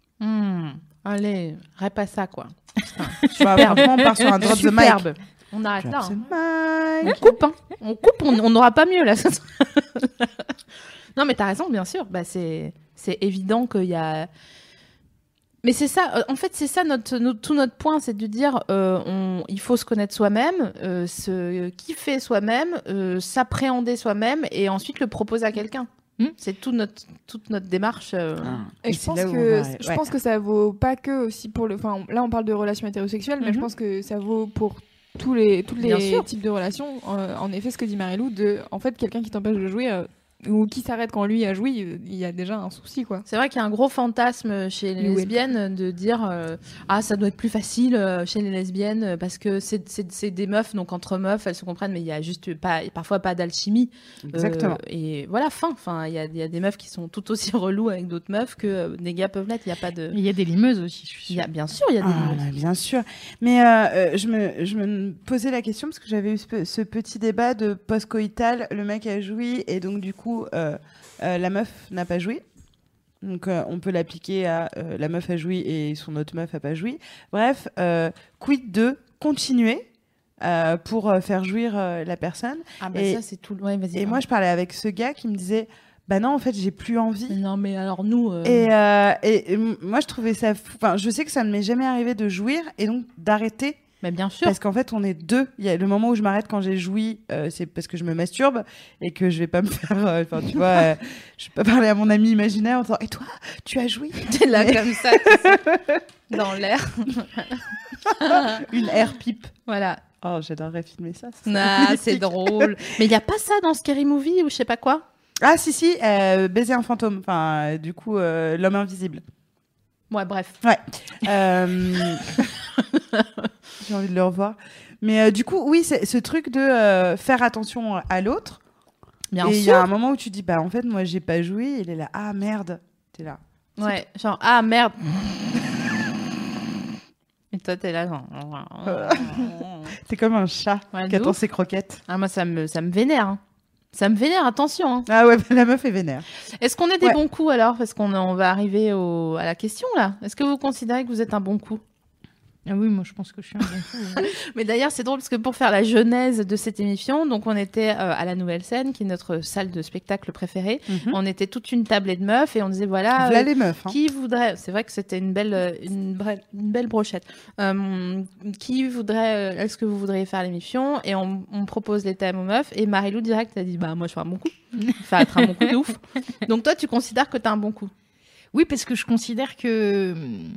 Allez, répète ça, quoi. Superbe. On part sur un drop the mic. Superbe. On arrête là. Drop the hein. mic. On coupe, hein. On coupe, on n'aura pas mieux là. Non, mais t'as raison, bien sûr. Bah, c'est évident qu'il y a. Mais c'est ça, en fait, c'est ça tout notre point, c'est de dire il faut se connaître soi-même, se kiffer soi-même, s'appréhender soi-même et ensuite le proposer à quelqu'un. C'est toute notre démarche. Et je pense que ça vaut pas que aussi pour le. Enfin, là, on parle de relations hétérosexuelles, mais je pense que ça vaut pour toutes les types de relations. En effet, ce que dit Marie-Lou, en fait, quelqu'un qui t'empêche de jouer ou qui s'arrête quand lui a joué, il y a déjà un souci, quoi. C'est vrai qu'il y a un gros fantasme chez les lesbiennes de dire ça doit être plus facile chez les lesbiennes parce que c'est des meufs, donc entre meufs elles se comprennent, mais il y a juste parfois pas d'alchimie. Exactement. Et voilà, il y a des meufs qui sont tout aussi relous avec d'autres meufs que des gars peuvent l'être. Il y a pas de. Il y a des limeuses aussi, je suis sûre. Bien sûr, il y a des limeuses. Bien sûr. Mais je me posais la question parce que j'avais eu ce petit débat de post-coïtal, le mec a joui et donc du coup la meuf n'a pas joui. Donc on peut l'appliquer à la meuf a joui et son autre meuf a pas joui. Bref, quid de continuer pour faire jouir la personne. Ah bah ça c'est tout. Ouais, vas-y. Et moi je parlais avec ce gars qui me disait bah non en fait j'ai plus envie. Non mais alors nous. Et moi je trouvais ça. Enfin je sais que ça ne m'est jamais arrivé de jouir et donc d'arrêter Mais bien sûr. Parce qu'en fait, on est deux. Il y a le moment où je m'arrête quand j'ai joui, c'est parce que je me masturbe et que je vais pas me faire. Tu vois, je vais pas parler à mon ami imaginaire en disant et toi, tu as joui? T'es là comme ça, dans l'air. Une air pipe. Voilà. Oh, j'adorerais filmer ça. C'est drôle. Mais il y a pas ça dans Scary Movie ou je sais pas quoi? Ah si, baiser un fantôme. Enfin, du coup, l'homme invisible. Ouais, bref. Ouais. J'ai envie de le revoir. Mais du coup, oui, c'est ce truc de faire attention à l'autre. Bien sûr. Et il y a un moment où tu dis, bah en fait, moi, j'ai pas joui. Il est là, ah merde, t'es là. Ouais, genre, ah merde. Et toi, t'es là, genre... T'es comme un chat qui attend ses croquettes. Ah, moi, ça me vénère. Hein. Ça me vénère, attention. Hein. Ah ouais, la meuf est vénère. Est-ce qu'on est des bons coups alors? Parce qu'on va arriver à la question là. Est-ce que vous considérez que vous êtes un bon coup? Ah oui, moi je pense que je suis un bon coup. Mais d'ailleurs, c'est drôle parce que pour faire la genèse de cette émission, donc on était à la Nouvelle Scène, qui est notre salle de spectacle préférée. Mm-hmm. On était toute une tablée de meufs et on disait voilà, les meufs. Hein. Qui voudrait. C'est vrai que c'était une belle brochette. Qui voudrait. Est-ce que vous voudriez faire l'émission? Et on propose les thèmes aux meufs. Et Marie-Lou direct a dit bah moi je fais un bon coup. Ça va être un bon coup de ouf. Donc toi, tu considères que t'as un bon coup? Oui, parce que je considère que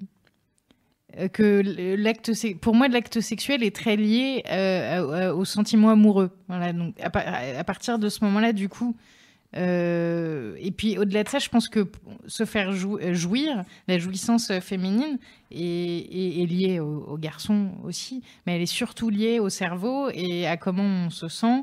pour moi l'acte sexuel est très lié au sentiment amoureux. Voilà, donc à partir de ce moment-là, du coup, et puis au-delà de ça, je pense que se faire jouir, la jouissance féminine est liée aux garçons aussi, mais elle est surtout liée au cerveau et à comment on se sent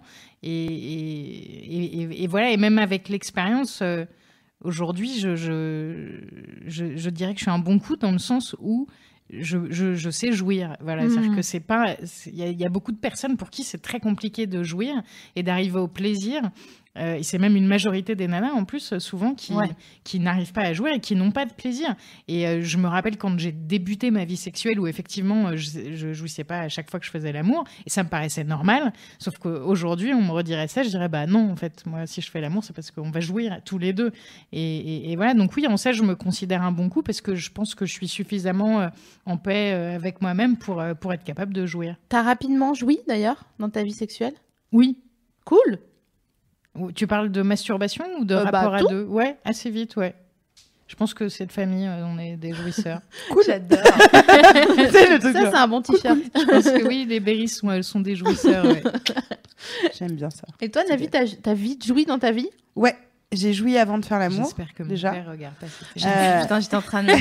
et voilà, et même avec l'expérience. Aujourd'hui, je dirais que je suis un bon coup dans le sens où je sais jouir. Voilà, c'est-à-dire que c'est pas. Il y a beaucoup de personnes pour qui c'est très compliqué de jouir et d'arriver au plaisir. Et c'est même une majorité des nanas, en plus, souvent, qui n'arrivent pas à jouir et qui n'ont pas de plaisir. Et je me rappelle quand j'ai débuté ma vie sexuelle où, effectivement, je jouissais pas à chaque fois que je faisais l'amour. Et ça me paraissait normal. Sauf qu'aujourd'hui, on me redirait ça. Je dirais, bah non, en fait, moi, si je fais l'amour, c'est parce qu'on va jouir tous les deux. Et voilà. Donc oui, en ça, je me considère un bon coup parce que je pense que je suis suffisamment en paix avec moi-même pour être capable de jouir. T'as rapidement joui, d'ailleurs, dans ta vie sexuelle? Oui. Cool. Tu parles de masturbation ou de rapport à deux? Ouais, assez vite, ouais. Je pense que cette famille, on est des jouisseurs. Cool. J'adore. C'est un bon t-shirt. Je pense que oui, les berries sont des jouisseurs. Ouais. J'aime bien ça. Et toi, Navi, t'as vite joui dans ta vie? Ouais. J'ai joui avant de faire l'amour. J'espère que mon père regarde pas cette Putain, j'étais en train de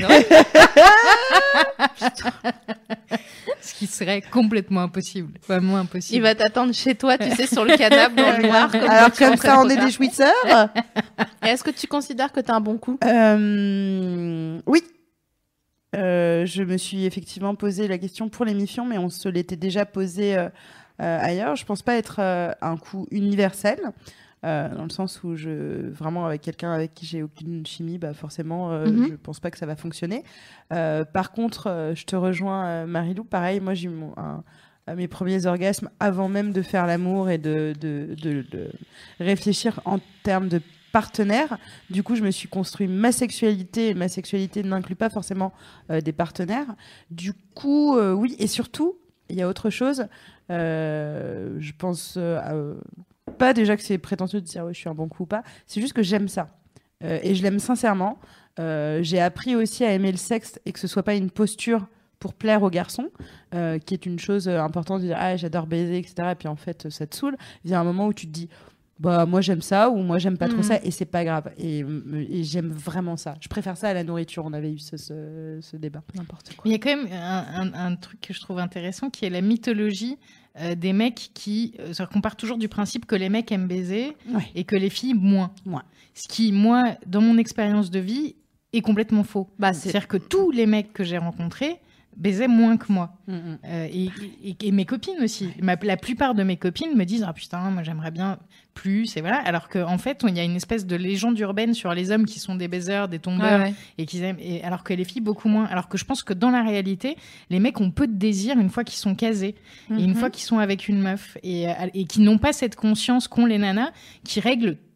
Ce qui serait complètement impossible. Vraiment impossible. Il va t'attendre chez toi, tu sais, sur le canapé dans le noir. Alors comme ça, on est des jouisseurs. Et est-ce que tu considères que t'as un bon coup? Oui. Je me suis effectivement posé la question pour l'émission, mais on se l'était déjà posé ailleurs. Je pense pas être un coup universel. Dans le sens où vraiment avec quelqu'un avec qui j'ai aucune chimie, bah forcément, je pense pas que ça va fonctionner. Par contre, je te rejoins, Marie-Lou. Pareil, moi j'ai eu mes premiers orgasmes avant même de faire l'amour et de réfléchir en termes de partenaire. Du coup, je me suis construit ma sexualité. Et ma sexualité n'inclut pas forcément des partenaires. Du coup, oui. Et surtout, il y a autre chose. Je pense pas déjà que c'est prétentieux de dire je suis un bon coup ou pas, c'est juste que j'aime ça et je l'aime sincèrement. J'ai appris aussi à aimer le sexe et que ce soit pas une posture pour plaire aux garçons, qui est une chose importante de dire j'adore baiser, etc. Et puis en fait ça te saoule. Il y a un moment où tu te dis bah moi j'aime ça ou moi j'aime pas trop ça et c'est pas grave et j'aime vraiment ça. Je préfère ça à la nourriture. On avait eu ce débat. N'importe quoi. Il y a quand même un truc que je trouve intéressant qui est la mythologie des mecs qu'on part toujours du principe que les mecs aiment baiser et que les filles moins. Ce qui, moi, dans mon expérience de vie, est complètement faux. C'est-à-dire que tous les mecs que j'ai rencontrés baisaient moins que moi. Et mes copines aussi. La plupart de mes copines me disent « Ah putain, moi j'aimerais bien plus. » Et voilà. Alors qu'en fait, il y a une espèce de légende urbaine sur les hommes qui sont des baiseurs, des tombeurs, et qui aiment, alors que les filles, beaucoup moins. Alors que je pense que dans la réalité, les mecs ont peu de désir une fois qu'ils sont casés, et une fois qu'ils sont avec une meuf, et qui n'ont pas cette conscience qu'ont les nanas, qui règlent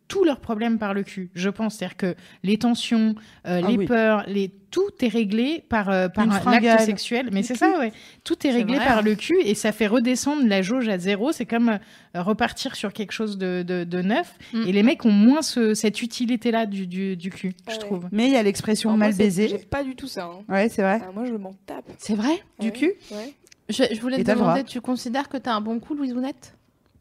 tous leurs problèmes par le cul, je pense. C'est-à-dire que les tensions, les peurs, tout est réglé par un acte sexuel. Mais c'est ça, ouais. Tout est réglé par le cul et ça fait redescendre la jauge à 0. C'est comme repartir sur quelque chose de neuf. Et les mecs ont moins cette utilité-là du cul, je trouve. Mais il y a l'expression mal baisé. J'ai pas du tout ça. Hein. Ouais, c'est vrai. Moi, je m'en tape. C'est vrai ? Du cul ? Ouais. Je voulais te demander, tu considères que t'as un bon coup, Louisounette ?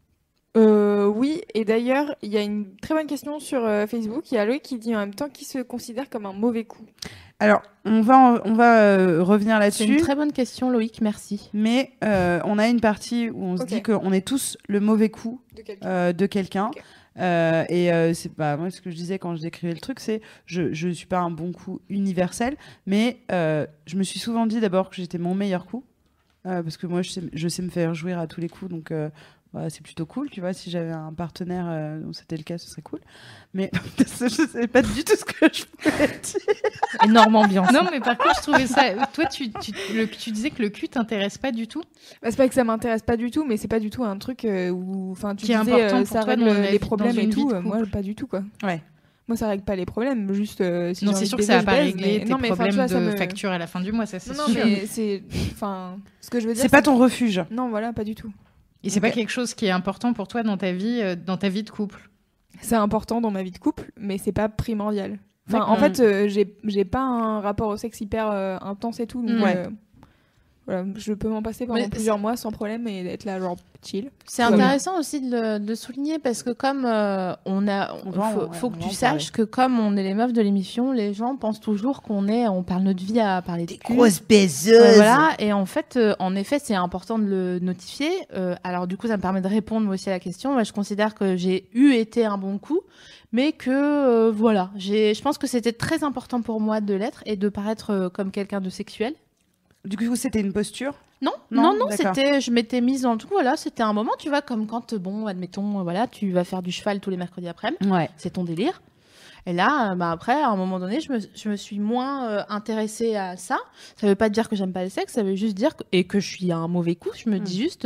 Oui, et d'ailleurs, il y a une très bonne question sur Facebook. Il y a Loïc qui dit en même temps qu'il se considère comme un mauvais coup. Alors, on va revenir là-dessus. C'est une très bonne question, Loïc, merci. Mais on a une partie où on se dit qu'on est tous le mauvais coup de quelqu'un. Okay. C'est moi ce que je disais quand je décrivais le truc, c'est je suis pas un bon coup universel, mais je me suis souvent dit d'abord que j'étais mon meilleur coup. Parce que moi, je sais me faire jouir à tous les coups, donc c'est plutôt cool, tu vois. Si j'avais un partenaire dont c'était le cas, ce serait cool. Mais je ne sais pas du tout ce que je voulais dire. Énorme ambiance. Non, mais par contre, je trouvais ça... Toi, tu disais que le cul t'intéresse pas du tout. C'est pas que ça m'intéresse pas du tout, mais c'est pas du tout un truc où... tu qui est important pour ça toi règle les problèmes et tout. Moi, pas du tout, quoi. Ouais. Moi, ça règle pas les problèmes, juste si non, c'est sûr que ça va pas régler tes problèmes de facture à la fin du mois, ça c'est sûr. Non, mais c'est, ce que je veux dire, c'est pas ton refuge. Non, voilà, pas du tout. Et c'est pas quelque chose qui est important pour toi dans ta vie de couple. C'est important dans ma vie de couple, mais c'est pas primordial. En fait, j'ai pas un rapport au sexe hyper intense et tout, donc voilà, je peux m'en passer pendant plusieurs mois sans problème et être là genre chill. C'est intéressant aussi de le souligner parce que comme faut que tu saches que comme on est les meufs de l'émission, les gens pensent toujours on parle notre vie à parler de cul. Grosses baiseuses. Voilà, et en fait, en effet, c'est important de le notifier. Alors du coup, ça me permet de répondre moi aussi à la question. Moi, je considère que j'ai été un bon coup, mais que voilà, je pense que c'était très important pour moi de l'être et de paraître comme quelqu'un de sexuel. Du coup, c'était une posture ? Non, je m'étais mise dans le truc, voilà, c'était un moment, tu vois, comme quand, admettons, voilà, tu vas faire du cheval tous les mercredis après-midi, c'est ton délire. Et là, après, à un moment donné, je me suis moins intéressée à ça. Ça veut pas dire que j'aime pas le sexe, ça veut juste dire que je suis un mauvais coup. Je me dis juste,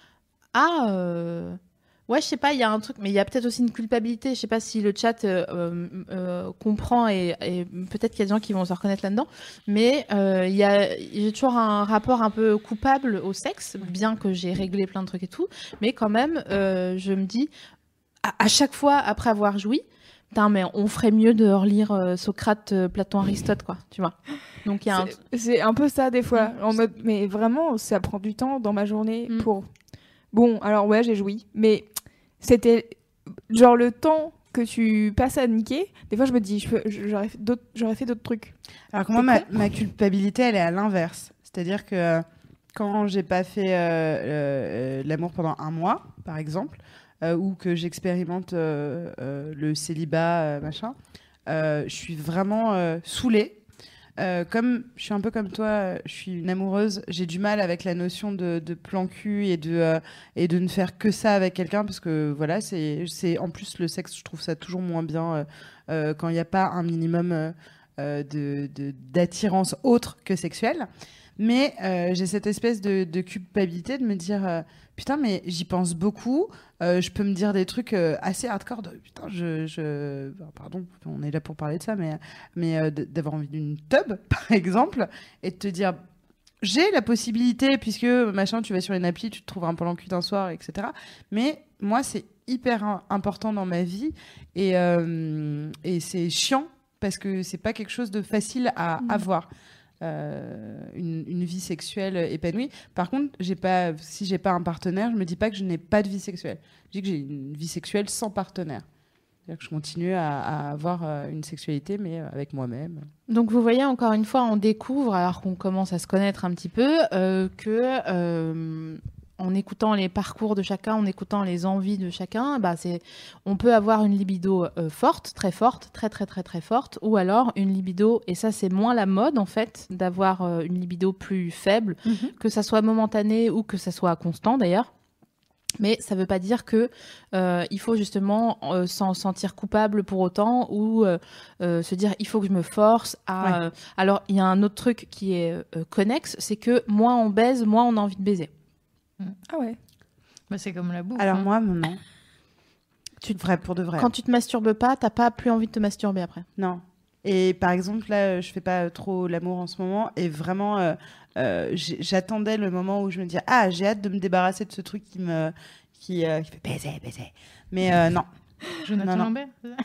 ouais, je sais pas, il y a un truc, mais il y a peut-être aussi une culpabilité. Je sais pas si le chat comprend et peut-être qu'il y a des gens qui vont se reconnaître là-dedans. Mais j'ai toujours un rapport un peu coupable au sexe, bien que j'ai réglé plein de trucs et tout. Mais quand même, je me dis, à chaque fois après avoir joui, mais on ferait mieux de relire Socrate, Platon, Aristote, quoi, tu vois. Donc c'est un peu ça des fois, en mode, mais vraiment, ça prend du temps dans ma journée pour. Bon, alors ouais, j'ai joui, mais c'était genre le temps que tu passes à niquer. Des fois, je me dis, j'aurais fait d'autres trucs. Alors que moi, ma culpabilité, elle est à l'inverse. C'est-à-dire que quand j'ai pas fait l'amour pendant un mois, par exemple, ou que j'expérimente le célibat, machin, je suis vraiment saoulée. Comme je suis un peu comme toi, je suis une amoureuse, j'ai du mal avec la notion de plan cul et de ne faire que ça avec quelqu'un parce que voilà, c'est en plus le sexe, je trouve ça toujours moins bien quand il n'y a pas un minimum d'attirance autre que sexuelle. Mais j'ai cette espèce de culpabilité de me dire putain, mais j'y pense beaucoup. Je peux me dire des trucs assez hardcore. Putain, pardon, on est là pour parler de ça, mais d'avoir envie d'une tub, par exemple, et de te dire j'ai la possibilité, puisque machin, tu vas sur une appli, tu te trouves un plan cul d'un soir, etc. Mais moi, c'est hyper important dans ma vie et c'est chiant parce que c'est pas quelque chose de facile à avoir. Une vie sexuelle épanouie. Par contre, si j'ai pas un partenaire, je me dis pas que je n'ai pas de vie sexuelle. Je dis que j'ai une vie sexuelle sans partenaire. C'est-à-dire que je continue à avoir une sexualité, mais avec moi-même. Donc vous voyez, encore une fois, on découvre, alors qu'on commence à se connaître un petit peu, en écoutant les parcours de chacun, en écoutant les envies de chacun, on peut avoir une libido forte, très très très très très forte, ou alors une libido, et ça c'est moins la mode en fait, d'avoir une libido plus faible, que ça soit momentané ou que ça soit constant d'ailleurs. Mais ça ne veut pas dire que il faut justement s'en sentir coupable pour autant ou se dire il faut que je me force à... Ouais. Alors il y a un autre truc qui est connexe, c'est que moins on baise, moins on a envie de baiser. Ah ouais. C'est comme la bouffe. Alors moi, non. Pour de vrai. Quand tu te masturbes pas, t'as pas plus envie de te masturber après. Non. Et par exemple, là, je fais pas trop l'amour en ce moment. Et vraiment, j'attendais le moment où je me dis j'ai hâte de me débarrasser de ce truc qui fait baiser. Mais non. Jonathan Lambert.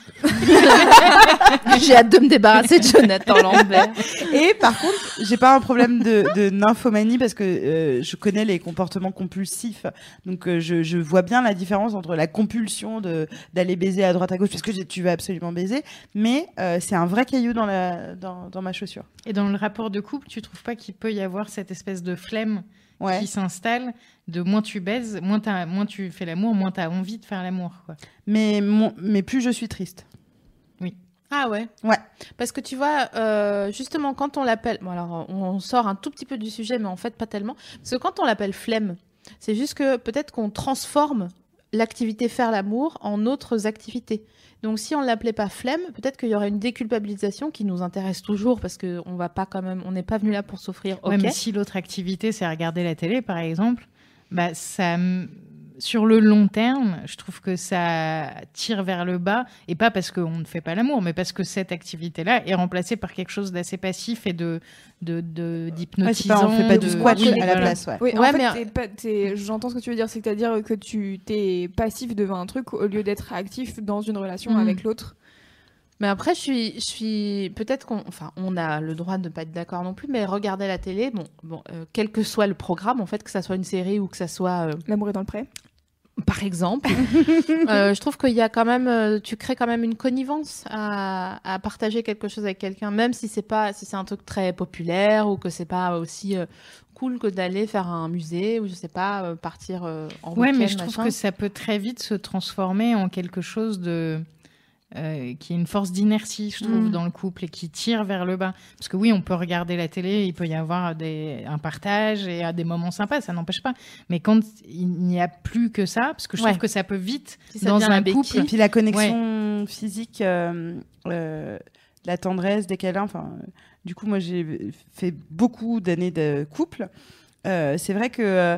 J'ai hâte de me débarrasser de Jonathan Lambert. Et par contre, j'ai pas un problème de nymphomanie parce que je connais les comportements compulsifs. Donc je vois bien la différence entre la compulsion d'aller baiser à droite à gauche parce que tu veux absolument baiser, mais c'est un vrai caillou dans ma chaussure. Et dans le rapport de couple, tu trouves pas qu'il peut y avoir cette espèce de flemme qui s'installe, de moins tu baises, moins tu fais l'amour, moins tu as envie de faire l'amour, quoi. Mais plus je suis triste. Oui. Ah ouais. Ouais. Parce que tu vois, justement, quand on l'appelle... Bon, alors, on sort un tout petit peu du sujet, mais en fait, pas tellement. Parce que quand on l'appelle flemme, c'est juste que peut-être qu'on transforme l'activité faire l'amour en autres activités. Donc, si on ne l'appelait pas flemme, peut-être qu'il y aurait une déculpabilisation qui nous intéresse toujours parce qu'on va pas quand même, on n'est pas venu là pour s'offrir. Ouais, mais si l'autre activité, c'est regarder la télé, par exemple, ça, sur le long terme, je trouve que ça tire vers le bas, et pas parce qu'on ne fait pas l'amour, mais parce que cette activité-là est remplacée par quelque chose d'assez passif et d'hypnotisant. On fait pas du squat à la place. Ouais. Oui, en fait, j'entends ce que tu veux dire, c'est-à-dire que tu t'es passif devant un truc au lieu d'être actif dans une relation avec l'autre. Mais après, je suis peut-être on a le droit de ne pas être d'accord non plus, mais regarder la télé, quel que soit le programme, en fait, que ça soit une série ou que ça soit L'amour est dans le pré. Par exemple, je trouve qu'il y a quand même, tu crées quand même une connivence à partager quelque chose avec quelqu'un, même si c'est un truc très populaire ou que c'est pas aussi cool que d'aller faire un musée ou je sais pas partir en week-end. Ouais, mais je trouve que ça peut très vite se transformer en quelque chose de qui est une force d'inertie, je trouve, dans le couple et qui tire vers le bas. Parce que oui, on peut regarder la télé, il peut y avoir un partage et des moments sympas, ça n'empêche pas. Mais quand il n'y a plus que ça, parce que je trouve que ça peut vite, dans un couple... Et puis la connexion physique, la tendresse, des câlins, du coup, moi, j'ai fait beaucoup d'années de couple. C'est vrai que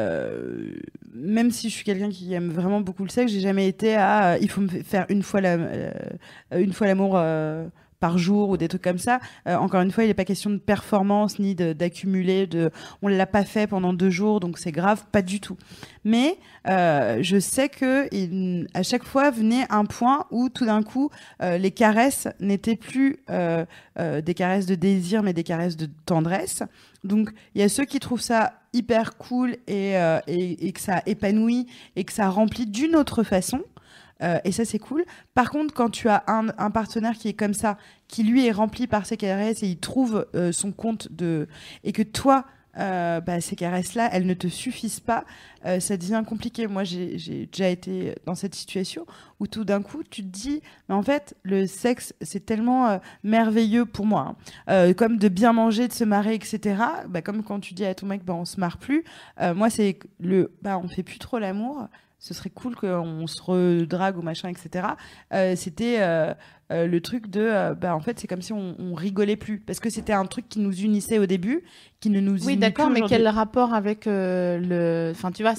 même si je suis quelqu'un qui aime vraiment beaucoup le sexe, j'ai jamais été il faut me faire une fois l'amour par jour ou des trucs comme ça. Encore une fois, il n'est pas question de performance ni d'accumuler. On l'a pas fait pendant 2 jours, donc c'est grave, pas du tout. Mais je sais que à chaque fois venait un point où tout d'un coup les caresses n'étaient plus des caresses de désir, mais des caresses de tendresse. Donc il y a ceux qui trouvent ça hyper cool et que ça épanouit et que ça remplit d'une autre façon. Et ça, c'est cool. Par contre, quand tu as un partenaire qui est comme ça, qui lui est rempli par ses caresses et il trouve son compte et que toi, ces caresses-là, elles ne te suffisent pas, ça devient compliqué. Moi, j'ai déjà été dans cette situation où tout d'un coup, tu te dis, mais en fait, le sexe, c'est tellement merveilleux pour moi. Comme de bien manger, de se marrer, etc. Comme quand tu dis à ton mec, on se marre plus. Moi, c'est on fait plus trop l'amour. Ce serait cool qu'on se redrague ou machin, etc. C'était le truc en fait, c'est comme si on rigolait plus. Parce que c'était un truc qui nous unissait au début, qui ne nous unit plus. Oui, d'accord, mais quel rapport avec Enfin, tu vois,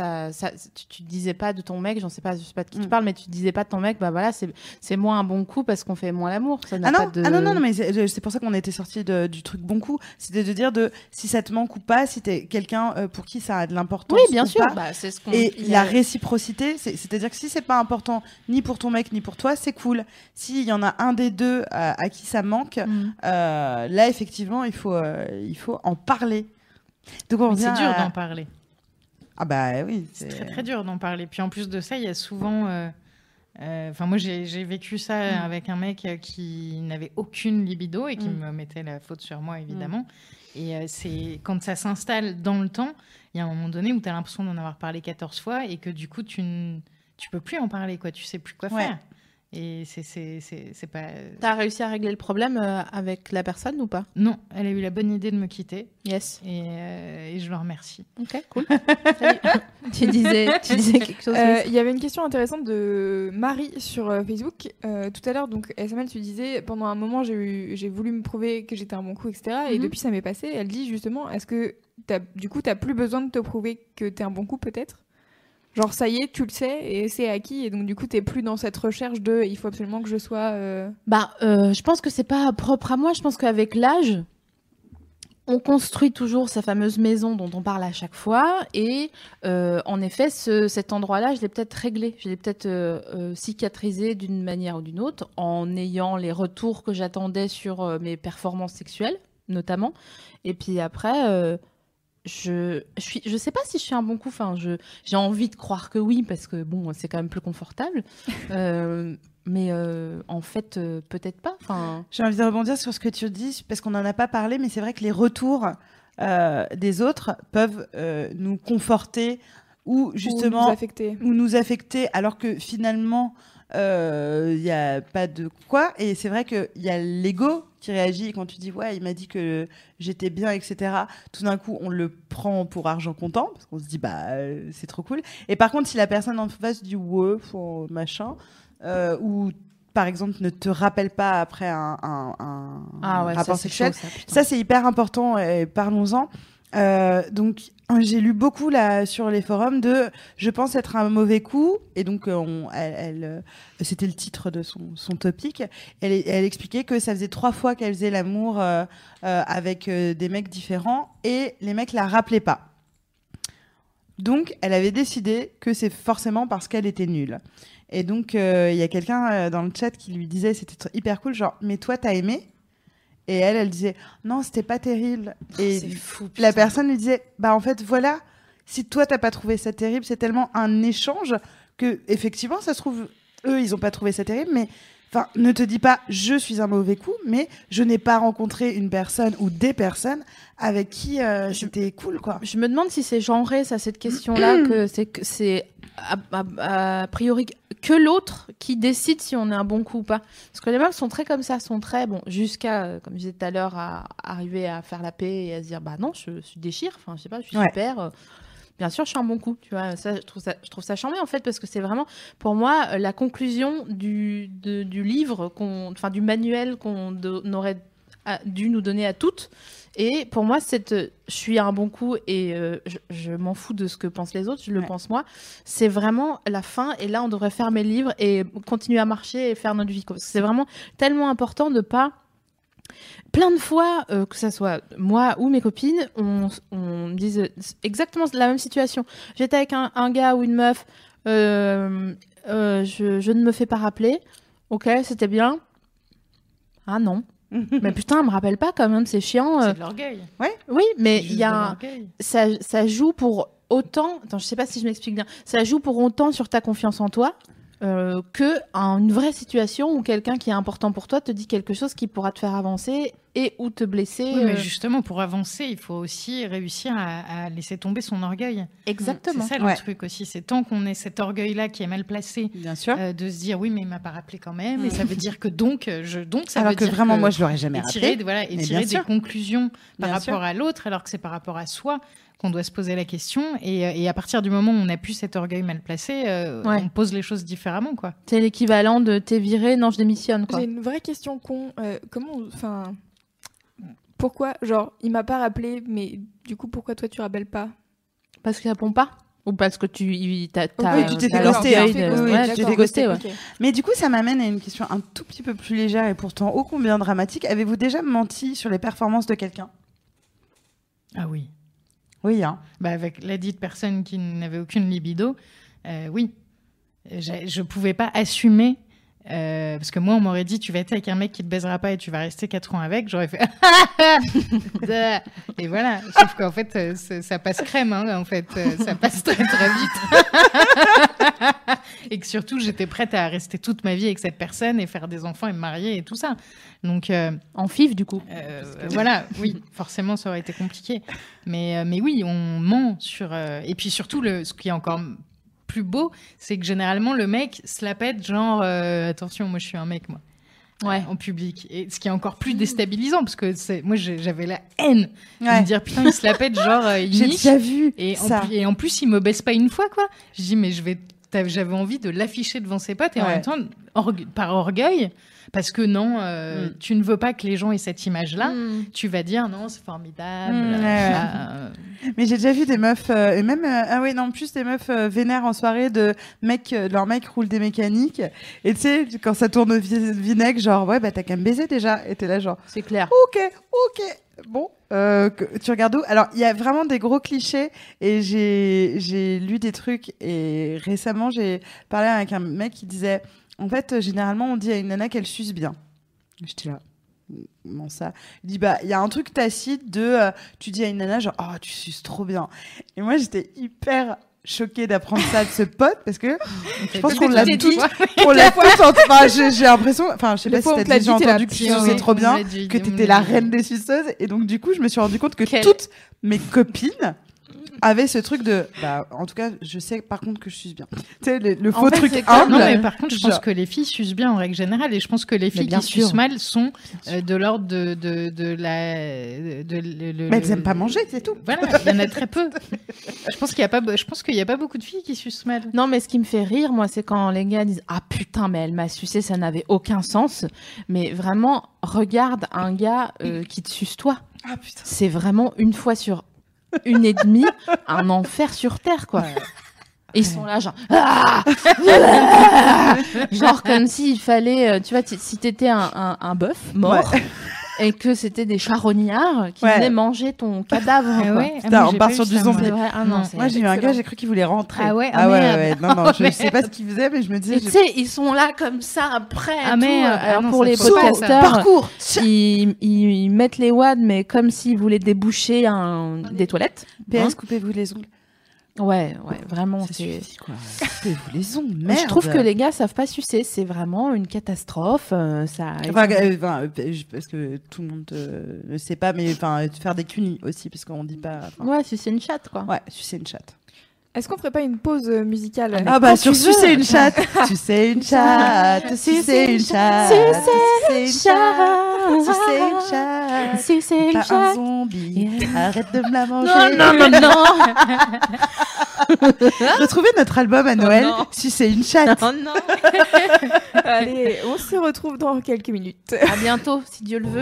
tu disais pas de ton mec, je sais pas de qui tu parles, mais tu disais pas de ton mec, c'est moins un bon coup parce qu'on fait moins l'amour. Ça n'a pas de... non, mais c'est pour ça qu'on était sortis du truc bon coup. C'était de dire si ça te manque ou pas, si t'es quelqu'un pour qui ça a de l'importance. Oui, bien sûr. C'est ce et la réciprocité, c'est-à-dire que si c'est pas important ni pour ton mec ni pour toi, c'est cool. S'il y en a un des deux à qui ça manque, là effectivement il faut en parler. Donc c'est dur d'en parler. Ah bah oui, c'est très très dur d'en parler. Puis en plus de ça, il y a souvent moi j'ai vécu ça avec un mec qui n'avait aucune libido et qui me mettait la faute sur moi évidemment. Et c'est quand ça s'installe dans le temps, il y a un moment donné où tu as l'impression d'en avoir parlé 14 fois et que du coup tu peux plus en parler, quoi. Tu sais plus quoi faire. Et c'est pas... T'as réussi à régler le problème avec la personne ou pas? Non, elle a eu la bonne idée de me quitter. Yes. Et je le remercie. Ok, cool. tu disais quelque chose. Il y avait une question intéressante de Marie sur Facebook. Tout à l'heure, donc SML, tu disais, pendant un moment, j'ai voulu me prouver que j'étais un bon coup, etc. Et depuis, ça m'est passé. Elle dit justement, est-ce que t'as plus besoin de te prouver que t'es un bon coup, peut-être? Genre, ça y est, tu le sais et c'est acquis. Et donc, du coup, t'es plus dans cette recherche de il faut absolument que je sois. Je pense que c'est pas propre à moi. Je pense qu'avec l'âge, on construit toujours sa fameuse maison dont on parle à chaque fois. Et en effet, cet endroit-là, je l'ai peut-être réglé. Je l'ai peut-être cicatrisé d'une manière ou d'une autre en ayant les retours que j'attendais sur mes performances sexuelles, notamment. Et puis après. Je sais pas si je suis un bon coup. Enfin, j'ai envie de croire que oui, parce que bon, c'est quand même plus confortable. Mais en fait, peut-être pas. Enfin, j'ai envie de rebondir sur ce que tu dis, parce qu'on n'en a pas parlé, mais c'est vrai que les retours des autres peuvent nous conforter ou justement ou nous affecter, alors que finalement, il n'y a pas de quoi. Et c'est vrai qu'il y a l'ego qui réagit quand tu dis ouais, il m'a dit que j'étais bien, etc. Tout d'un coup, on le prend pour argent comptant parce qu'on se dit bah c'est trop cool. Et par contre, si la personne en face dit ouais, machin, ou par exemple ne te rappelle pas après un rapport sexuel, ça c'est hyper important. Et parlons-en. Donc j'ai lu beaucoup là sur les forums de je pense être un mauvais coup, et donc c'était le titre de son topic. Elle expliquait que ça faisait 3 fois qu'elle faisait l'amour avec des mecs différents et les mecs la rappelaient pas. Donc elle avait décidé que c'est forcément parce qu'elle était nulle. Et donc il y a quelqu'un dans le chat qui lui disait, c'était hyper cool, genre mais toi t'as aimé? Et elle disait non, c'était pas terrible. Et c'est fou, la personne lui disait bah en fait voilà, si toi t'as pas trouvé ça terrible, c'est tellement un échange que effectivement ça se trouve eux ils ont pas trouvé ça terrible, mais enfin ne te dis pas je suis un mauvais coup, mais je n'ai pas rencontré une personne ou des personnes avec qui c'était cool quoi. Je me demande si c'est genré ça, cette question-là, que c'est a priori que l'autre qui décide si on est un bon coup ou pas. Parce que les meufs sont très comme ça, sont très bon, jusqu'à, comme je disais tout à l'heure, à arriver à faire la paix et à se dire bah non, je déchire, enfin je sais pas, je suis super. Bien sûr, je suis un bon coup, tu vois. Ça, je trouve ça charmé en fait, parce que c'est vraiment pour moi la conclusion du livre, du manuel qu'on aurait dû nous donner à toutes. Et pour moi, je suis un bon coup et je m'en fous de ce que pensent les autres, je le pense moi. C'est vraiment la fin, et là, on devrait fermer le livre et continuer à marcher et faire notre vie. Parce que c'est vraiment tellement important de pas... Plein de fois, que ça soit moi ou mes copines, on me dise exactement la même situation. J'étais avec un gars ou une meuf, je ne me fais pas rappeler. Ok, c'était bien. Ah non. Mais putain, me rappelle pas quand même, c'est chiant. C'est de l'orgueil. Ouais. Oui, mais il y a ça joue pour autant. Attends, je sais pas si je m'explique bien. Ça joue pour autant sur ta confiance en toi que une vraie situation où quelqu'un qui est important pour toi te dit quelque chose qui pourra te faire avancer et ou te blesser. Oui, mais justement, pour avancer, il faut aussi réussir à laisser tomber son orgueil. Exactement. C'est ça le truc aussi. C'est tant qu'on ait cet orgueil-là qui est mal placé, bien sûr, de se dire oui, mais il m'a pas rappelé quand même, et ça veut dire que donc ça alors veut que dire vraiment que moi je l'aurais jamais rappelé. Tirer des conclusions par bien rapport à l'autre, alors que c'est par rapport à soi qu'on doit se poser la question, et à partir du moment où on n'a plus cet orgueil mal placé, on pose les choses différemment, quoi. C'est l'équivalent de t'es viré, non je démissionne, quoi. J'ai une vraie question con. Pourquoi, genre, il m'a pas rappelé, mais du coup, pourquoi toi tu rappelles pas? Parce qu'il répond pas? Ou parce que tu t'es ghosté. Okay. Mais du coup, ça m'amène à une question un tout petit peu plus légère et pourtant ô combien dramatique. Avez-vous déjà menti sur les performances de quelqu'un? Ah oui. Oui, hein. Bah avec la dite personne qui n'avait aucune libido, oui. Je pouvais pas assumer, parce que moi, on m'aurait dit tu vas être avec un mec qui te baisera pas et tu vas rester 4 ans avec. J'aurais fait et voilà. Sauf qu'en fait, ça passe crème, hein, en fait. Ça passe très, très vite. Et que surtout, j'étais prête à rester toute ma vie avec cette personne et faire des enfants et me marier et tout ça. Donc, en FIV, du coup. Voilà, oui, forcément, ça aurait été compliqué. Mais oui, on ment sur... Et puis surtout, ce qui est encore plus beau, c'est que généralement, le mec se la pète, genre, attention, moi, je suis un mec, moi. Ouais, en public. Et ce qui est encore plus déstabilisant, parce que moi, j'avais la haine de me dire, putain, il se la pète, genre, j'ai déjà vu ça. Et en plus, il me baisse pas une fois, quoi. Je dis, mais j'avais envie de l'afficher devant ses potes, et en même temps, par orgueil, Parce que non, tu ne veux pas que les gens aient cette image-là. Tu vas dire non, c'est formidable. Mais j'ai déjà vu des meufs, et même, plus des meufs vénères en soirée de mecs, leur mec roule des mécaniques. Et tu sais, quand ça tourne au vinaigre, genre, ouais, bah t'as qu'à me baiser déjà. Et t'es là, genre. C'est clair. Ok. Bon, tu regardes où? Alors, il y a vraiment des gros clichés et j'ai lu des trucs et récemment, j'ai parlé avec un mec qui disait, en fait, généralement, on dit à une nana qu'elle suce bien. J'étais là. Comment ça? Il dit, bah, il y a un truc tacite de, tu dis à une nana, genre, oh, tu suces trop bien. Et moi, j'étais hyper choquée d'apprendre ça de ce pote parce que je pense qu'on l'a tout, enfin, j'ai l'impression, enfin, je sais pas si t'as déjà entendu que tu suçais trop bien, que t'étais la reine des suceuses, et donc du coup, je me suis rendu compte que toutes mes copines avaient ce truc de, bah, en tout cas, je sais par contre que je suce bien. Tu sais, le faux truc humble. Non, mais par contre, je pense que les filles sucent bien en règle générale, et je pense que les filles qui sucent mal sont de l'ordre de la. Mais elles aiment pas manger, c'est tout. Voilà, il y en a très peu. Je pense qu'il y a pas beaucoup de filles qui sucent mal. Non, mais ce qui me fait rire, moi, c'est quand les gars disent ah putain, mais elle m'a sucé, ça n'avait aucun sens. Mais vraiment, regarde un gars qui te suce toi. Ah putain. C'est vraiment une fois sur 1,5, un enfer sur terre, quoi. Ils sont là, genre, genre comme s'il fallait, tu vois, si t'étais un bœuf mort et que c'était des charognards qui venaient manger ton cadavre. Putain, on part sur du zombie. Moi, j'ai eu un gars, j'ai cru qu'il voulait rentrer. Ah ouais. Non, je sais pas ce qu'il faisait, mais je me disais. Tu sais, ils sont là comme ça après. Alors non, pour les podcasteurs, ils mettent les wads, mais comme s'ils voulaient déboucher des toilettes. PS, coupez-vous les ongles. Ouais, vraiment. Ça suffit, quoi. Coupez-vous les ongles, merde. Je trouve que les gars savent pas sucer, c'est vraiment une catastrophe. Parce que tout le monde ne sait pas, mais faire des cunis aussi, parce qu'on dit pas. Ouais, sucer une chatte, quoi. Ouais, sucer une chatte. Est-ce qu'on ferait pas une pause musicale? Ah bah sur sucer une chatte. Sucer une chatte. Sucer une chatte. Sucer une chatte. Sucer une chatte. Sucer une chatte. T'as un zombie. Arrête de me la manger. Non. Retrouvez notre album à Noël. Sucer une chatte. Oh non. Allez, on se retrouve dans quelques minutes. À bientôt, si Dieu le veut.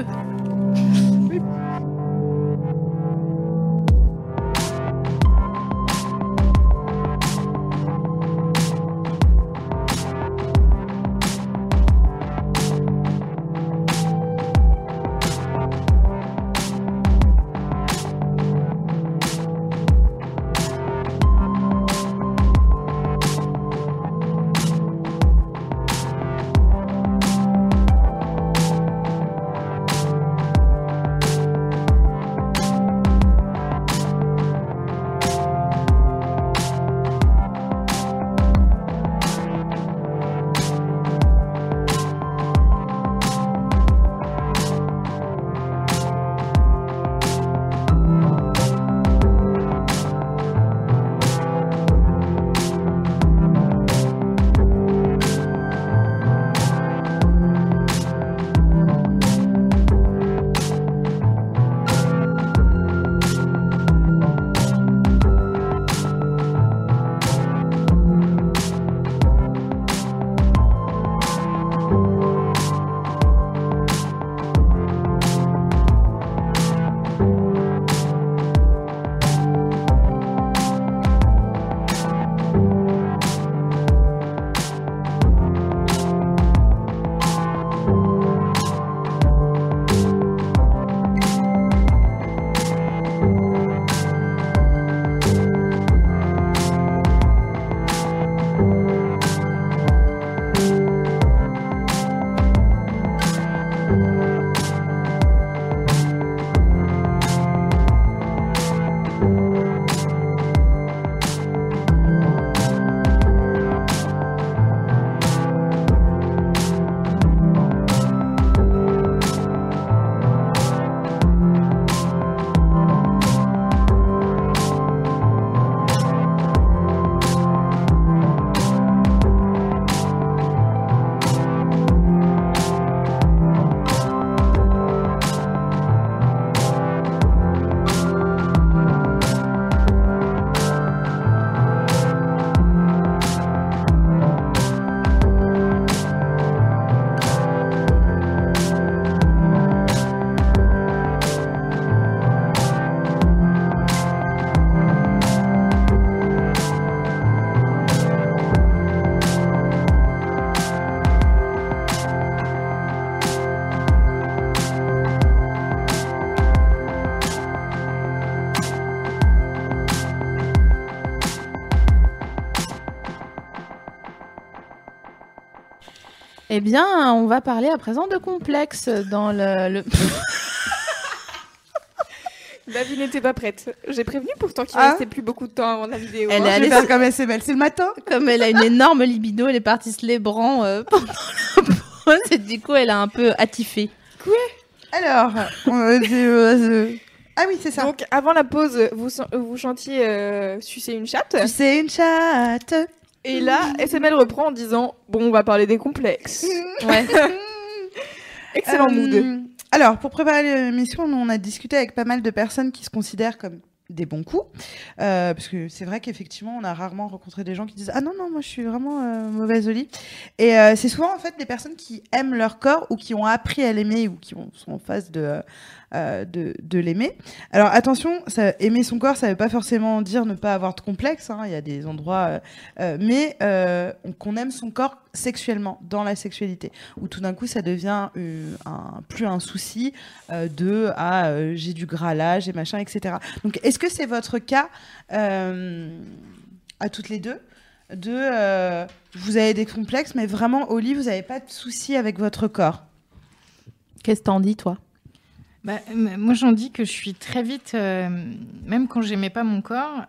Eh bien, on va parler à présent de complexe dans le... David n'était pas prête. J'ai prévenu pourtant qu'il restait plus beaucoup de temps avant la vidéo. Elle est allée faire comme SML, c'est le matin. Comme elle a une énorme libido, elle est partie se lébrant pendant la pause et du coup, elle a un peu attifé. Quoi ? Alors, ah oui, c'est ça. Donc, avant la pause, vous chantiez Sucer une chatte. Sucer une chatte. Et là, SML reprend en disant bon, on va parler des complexes. Ouais. Excellent mood. Alors, pour préparer l'émission, on a discuté avec pas mal de personnes qui se considèrent comme des bons coups. Parce que c'est vrai qu'effectivement, on a rarement rencontré des gens qui disent « Ah non, moi je suis vraiment mauvaise au lit ». Et c'est souvent en fait des personnes qui aiment leur corps ou qui ont appris à l'aimer ou qui sont en phase de l'aimer. Alors attention, aimer son corps, ça veut pas forcément dire ne pas avoir de complexe. Il y a des endroits... mais qu'on aime son corps sexuellement, dans la sexualité, où tout d'un coup ça devient plus un souci j'ai du gras là, j'ai machin, etc. Donc est-ce que c'est votre cas à toutes les deux vous avez des complexes, mais vraiment au lit vous n'avez pas de soucis avec votre corps? Qu'est-ce que t'en dis toi? Moi j'en dis que je suis très vite, même quand j'aimais pas mon corps,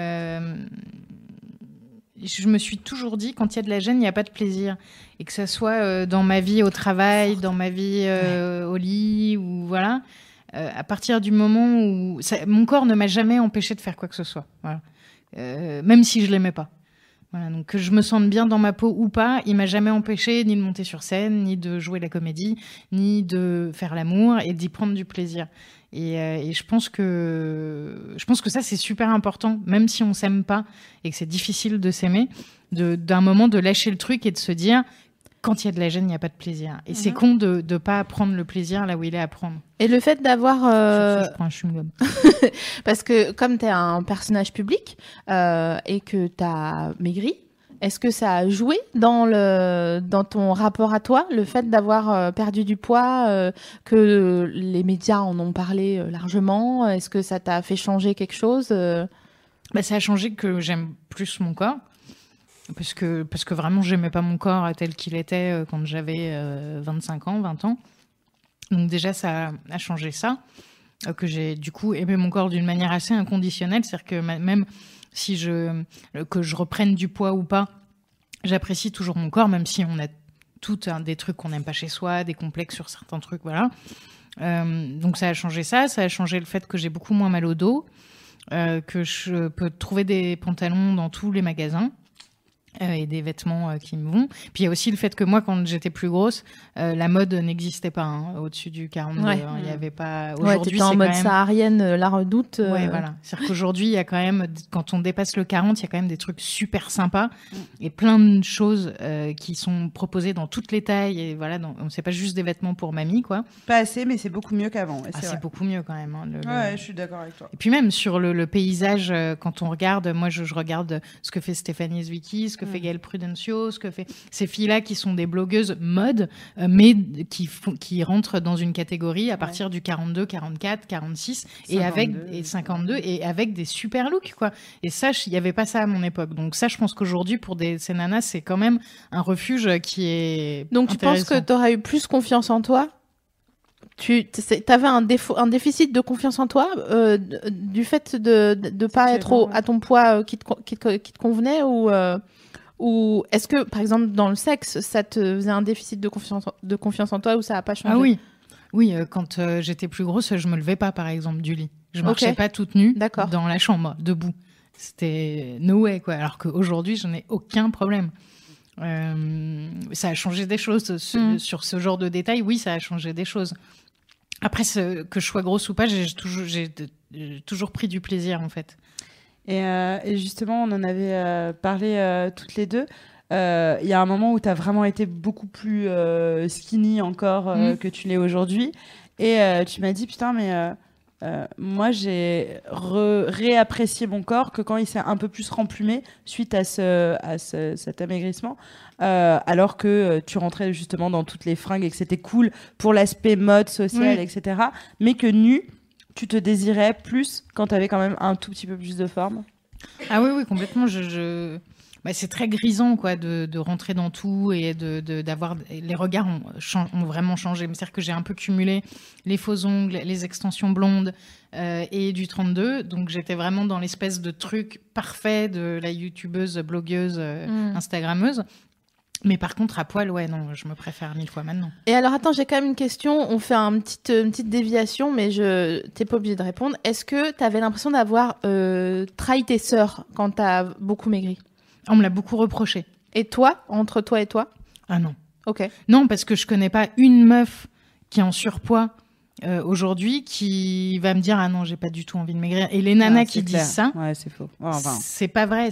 je me suis toujours dit, quand il y a de la gêne, il n'y a pas de plaisir. Et que ça soit dans ma vie au travail, dans ma vie au lit, ou voilà. À partir du moment où... mon corps ne m'a jamais empêché de faire quoi que ce soit. Voilà. Même si je l'aimais pas. Voilà, donc que je me sente bien dans ma peau ou pas, il m'a jamais empêché ni de monter sur scène, ni de jouer la comédie, ni de faire l'amour et d'y prendre du plaisir. Et je pense que ça, c'est super important, même si on s'aime pas et que c'est difficile de s'aimer, d'un moment de lâcher le truc et de se dire, quand il y a de la gêne, il n'y a pas de plaisir. Et c'est con de pas prendre le plaisir là où il est à prendre. Et le fait d'avoir... Je prends un chewing-gum. Parce que comme tu es un personnage public et que tu as maigri, est-ce que ça a joué dans ton rapport à toi, le fait d'avoir perdu du poids, que les médias en ont parlé largement? Est-ce que ça t'a fait changer quelque chose? Ça a changé que j'aime plus mon corps. Parce que vraiment, j'aimais pas mon corps tel qu'il était quand j'avais 25 ans, 20 ans. Donc déjà, ça a changé ça. Que j'ai du coup aimé mon corps d'une manière assez inconditionnelle. C'est-à-dire que même si que je reprenne du poids ou pas, j'apprécie toujours mon corps, même si on a des trucs qu'on n'aime pas chez soi, des complexes sur certains trucs, voilà. Donc ça a changé ça. Ça a changé le fait que j'ai beaucoup moins mal au dos, que je peux trouver des pantalons dans tous les magasins. Et des vêtements qui me vont. Puis il y a aussi le fait que moi, quand j'étais plus grosse, la mode n'existait pas au-dessus du 42. Ouais. Il y avait pas. Aujourd'hui, t'étais en mode saharienne, la redoute. Ouais, voilà. C'est-à-dire qu'aujourd'hui, il y a quand même, quand on dépasse le 40, il y a quand même des trucs super sympas et plein de choses qui sont proposées dans toutes les tailles. Et voilà, c'est pas juste des vêtements pour mamie, quoi. Pas assez, mais c'est beaucoup mieux qu'avant. C'est beaucoup mieux quand même. Ouais, je suis d'accord avec toi. Et puis même sur le paysage, quand on regarde, moi je regarde ce que fait Stéphanie Zwicky, ce que fait Gaëlle Prudencio, ce que fait ces filles-là qui sont des blogueuses mode, mais qui rentrent dans une catégorie à partir du 42, 44, 46 et 52 et avec des super looks, quoi. Et ça, il n'y avait pas ça à mon époque. Donc ça, je pense qu'aujourd'hui, pour ces nanas, c'est quand même un refuge qui est Donc tu penses que tu aurais eu plus confiance en toi? Tu avais un déficit de confiance en toi du fait de ne pas être à ton poids qui te convenait, ou est-ce que, par exemple, dans le sexe, ça te faisait un déficit de confiance en toi, ou ça n'a pas changé? Ah oui, quand j'étais plus grosse, je me levais pas, par exemple, du lit. Je marchais pas toute nue dans la chambre, debout. C'était no way, quoi. Alors qu'aujourd'hui, je n'ai aucun problème. Ça a changé des choses sur ce genre de détails. Oui, ça a changé des choses. Après, que je sois grosse ou pas, j'ai toujours pris du plaisir, en fait. Et justement, on en avait parlé toutes les deux. Il y a un moment où tu as vraiment été beaucoup plus skinny encore que tu l'es aujourd'hui. Et tu m'as dit, putain, mais moi, j'ai réapprécié mon corps que quand il s'est un peu plus remplumé suite à cet amaigrissement. Alors que tu rentrais justement dans toutes les fringues et que c'était cool pour l'aspect mode, social, etc. Mais que nu, tu te désirais plus quand tu avais quand même un tout petit peu plus de forme. Ah oui, complètement. c'est très grisant, quoi, de rentrer dans tout et d'avoir... Les regards ont vraiment changé. C'est-à-dire que j'ai un peu cumulé les faux ongles, les extensions blondes et du 32. Donc, j'étais vraiment dans l'espèce de truc parfait de la youtubeuse, blogueuse, instagrammeuse. Mais par contre, à poil, ouais, non, je me préfère 1000 fois maintenant. Et alors, attends, j'ai quand même une question. On fait une petite déviation, mais t'es pas obligée de répondre. Est-ce que t'avais l'impression d'avoir trahi tes sœurs quand t'as beaucoup maigri ? On me l'a beaucoup reproché. Et toi, entre toi et toi ? Ah non. Ok. Non, parce que je connais pas une meuf qui est en surpoids aujourd'hui qui va me dire ah non, j'ai pas du tout envie de maigrir. Et les nanas qui disent ça, ouais, c'est faux. C'est pas vrai.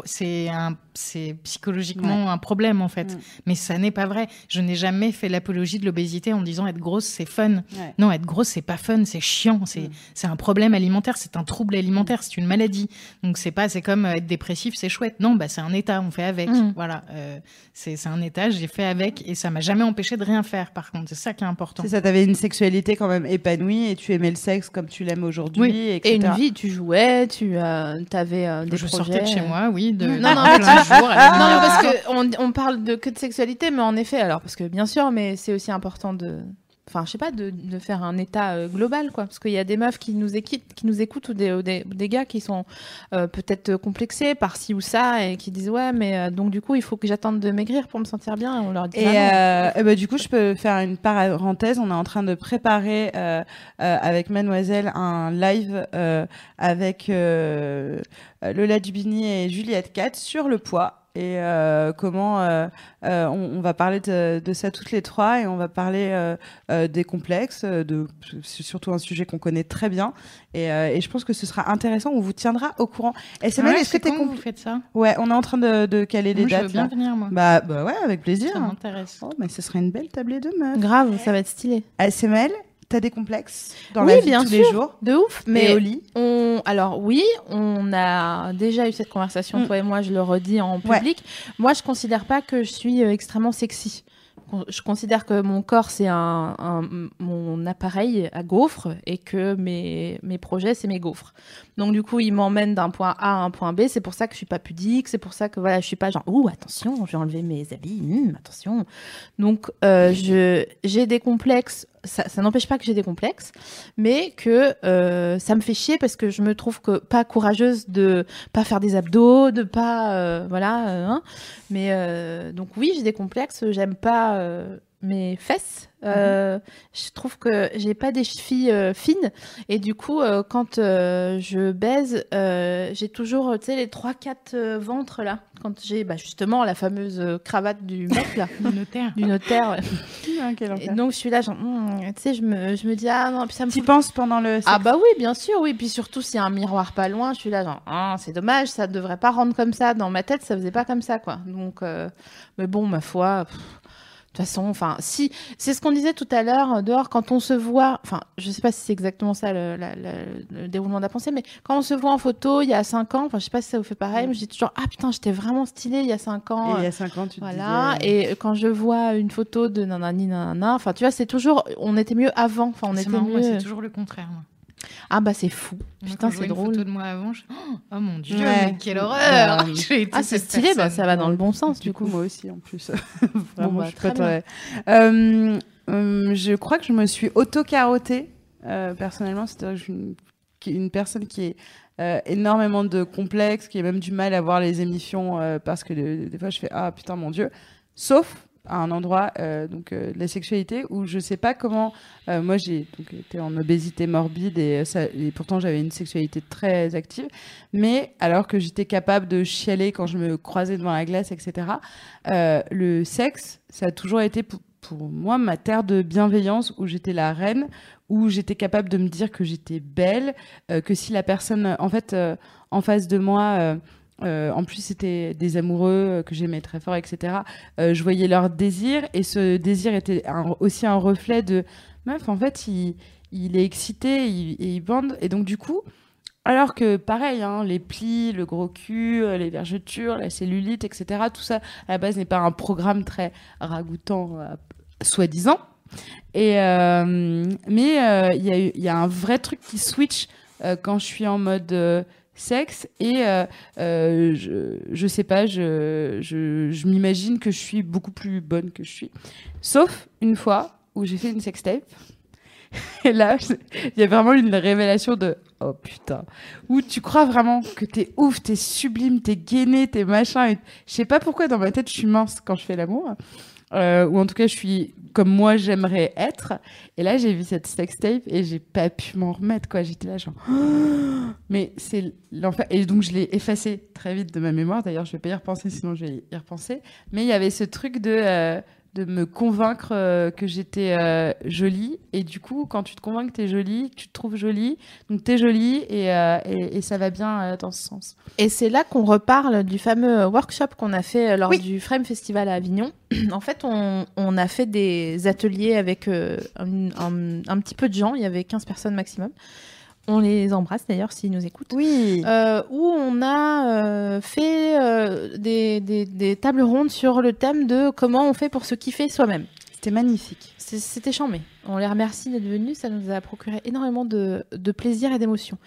C'est psychologiquement un problème en fait. Mais ça n'est pas vrai. Je n'ai jamais fait l'apologie de l'obésité en disant être grosse c'est fun. Ouais. Non, être grosse c'est pas fun, c'est chiant. C'est un problème alimentaire, c'est un trouble alimentaire, c'est une maladie. Donc c'est comme être dépressif, c'est chouette. Non, c'est un état, on fait avec. Voilà, c'est un état, j'ai fait avec et ça m'a jamais empêché de rien faire. Par contre, c'est ça qui est important. C'est ça, t'avais une sexualité quand même épanouie et tu aimais le sexe comme tu l'aimes aujourd'hui. Oui. Etc. Et une vie, tu jouais, tu avais des projets. Je sortais de chez moi, oui. Non, parce qu'on parle que de sexualité, mais en effet, alors, parce que bien sûr, mais c'est aussi important enfin, je sais pas, de faire un état global, quoi. Parce qu'il y a des meufs qui nous écoutent ou des gars qui sont peut-être complexés par ci ou ça et qui disent ouais, mais donc du coup, il faut que j'attende de maigrir pour me sentir bien. Et on leur dit du coup, je peux faire une parenthèse. On est en train de préparer avec Mademoiselle un live avec Lola Dubini et Juliette Cat sur le poids. Et comment on va parler de ça toutes les trois et on va parler des complexes, c'est surtout un sujet qu'on connaît très bien et je pense que ce sera intéressant, on vous tiendra au courant. SML, est-ce que vous faites ça ? Ouais, on est en train de caler les dates. Je veux bien venir, moi. Bah ouais, avec plaisir. Ça m'intéresse. Oh, mais ce serait une belle tablée de meufs. Grave, ça va être stylé. SML, t'as des complexes dans la vie tous les jours? De ouf. Mais au lit? Alors oui, on a déjà eu cette conversation, toi et moi, je le redis en public. Ouais. Moi, je considère pas que je suis extrêmement sexy. Je considère que mon corps, c'est mon appareil à gaufres et que mes projets, c'est mes gaufres. Donc, du coup, ils m'emmènent d'un point A à un point B. C'est pour ça que je suis pas pudique. C'est pour ça que voilà, je suis pas genre, attention, je vais enlever mes habits. Attention. Donc, j'ai des complexes. Ça n'empêche pas que j'ai des complexes, mais que ça me fait chier parce que je me trouve pas courageuse de pas faire des abdos, de pas mais donc oui, j'ai des complexes, j'aime pas mes fesses. Je trouve que j'ai pas des chevilles fines et du coup quand je baise j'ai toujours les 3-4 ventres là quand j'ai justement la fameuse cravate du mec là du notaire ouais. Et donc je suis là genre je me dis ah non puis ça me t'y penses pendant le sexe? Ah bah oui bien sûr oui puis surtout s'il y a un miroir pas loin je suis là genre c'est dommage ça devrait pas rendre comme ça dans ma tête ça faisait pas comme ça quoi donc mais bon ma foi de toute façon, enfin, si c'est ce qu'on disait tout à l'heure dehors, quand on se voit, enfin, je sais pas si c'est exactement ça le déroulement de la pensée, mais quand on se voit en photo il y a 5 ans, enfin, je sais pas si ça vous fait pareil, mais je dis toujours ah putain, j'étais vraiment stylée il y a 5 ans. Et il y a 5 ans, tu te disais. Et quand je vois une photo de nanana, enfin, tu vois, c'est toujours, on était mieux avant, enfin, on était marrant, mieux. Moi, c'est toujours le contraire, moi. Ah bah c'est fou. Moi, putain, c'est drôle. Une photo de moi avant, oh mon dieu, mais quelle horreur. C'est stylé, ça va dans le bon sens du coup. Moi aussi en plus. Vraiment, je suis pas très... je crois que je me suis auto-carottée personnellement, c'est-à-dire que une personne qui est énormément de complexes, qui a même du mal à voir les émissions parce que des fois je fais ah putain mon dieu, sauf à un endroit de la sexualité où je sais pas comment moi j'ai été en obésité morbide et pourtant j'avais une sexualité très active mais alors que j'étais capable de chialer quand je me croisais devant la glace etc. Le sexe ça a toujours été pour moi ma terre de bienveillance où j'étais la reine où j'étais capable de me dire que j'étais belle que si la personne en fait en face de moi en plus, c'était des amoureux que j'aimais très fort, etc. Je voyais leur désir et ce désir était aussi un reflet de meuf. En fait, il est excité et il bande. Et donc, du coup, alors que pareil, les plis, le gros cul, les vergetures, la cellulite, etc. Tout ça, à la base, n'est pas un programme très ragoûtant, soi-disant. Et mais il y a un vrai truc qui switch quand je suis en mode sexe et je sais pas, je m'imagine que je suis beaucoup plus bonne que je suis. Sauf une fois où j'ai fait une sextape. Et là, il y a vraiment une révélation de « Oh putain !» où tu crois vraiment que t'es ouf, t'es sublime, t'es gainé, t'es machin. Et je sais pas pourquoi dans ma tête je suis mince quand je fais l'amour. Ou en tout cas je suis comme moi j'aimerais être. Et là j'ai vu cette sextape et j'ai pas pu m'en remettre, quoi. J'étais là genre mais c'est l'enfer. Et donc je l'ai effacé très vite de ma mémoire. D'ailleurs je vais pas y repenser, sinon je vais y repenser. Mais il y avait ce truc de me convaincre que j'étais jolie. Et du coup, quand tu te convaincs que t'es jolie, tu te trouves jolie, donc t'es jolie et ça va bien dans ce sens. Et c'est là qu'on reparle du fameux workshop qu'on a fait lors du Frame Festival à Avignon. En fait, on a fait des ateliers avec un petit peu de gens. Il y avait 15 personnes maximum. On les embrasse d'ailleurs s'ils nous écoutent. Oui. Où on a fait des tables rondes sur le thème de comment on fait pour se kiffer soi-même. C'était magnifique. C'était charmé. On les remercie d'être venus. Ça nous a procuré énormément de plaisir et d'émotion.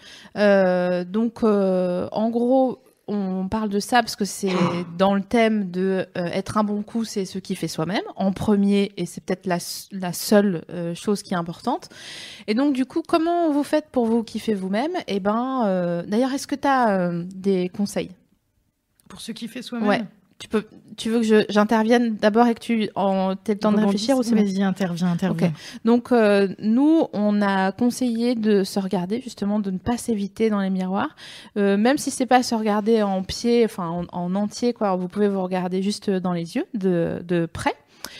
Donc, en gros, on parle de ça parce que c'est dans le thème de être un bon coup, c'est ce qui fait soi-même en premier, et c'est peut-être la seule chose qui est importante. Et donc du coup, comment vous faites pour vous kiffer vous-même? Et d'ailleurs, est-ce que tu as des conseils pour se kiffer soi-même? Ouais. Tu veux que j'intervienne d'abord et que tu aies le temps de réfléchir ou c'est Vas-y, interviens. Okay. Donc, nous, on a conseillé de se regarder, justement, de ne pas s'éviter dans les miroirs. Même si c'est pas se regarder en pied, enfin en entier, quoi. Vous pouvez vous regarder juste dans les yeux, de près.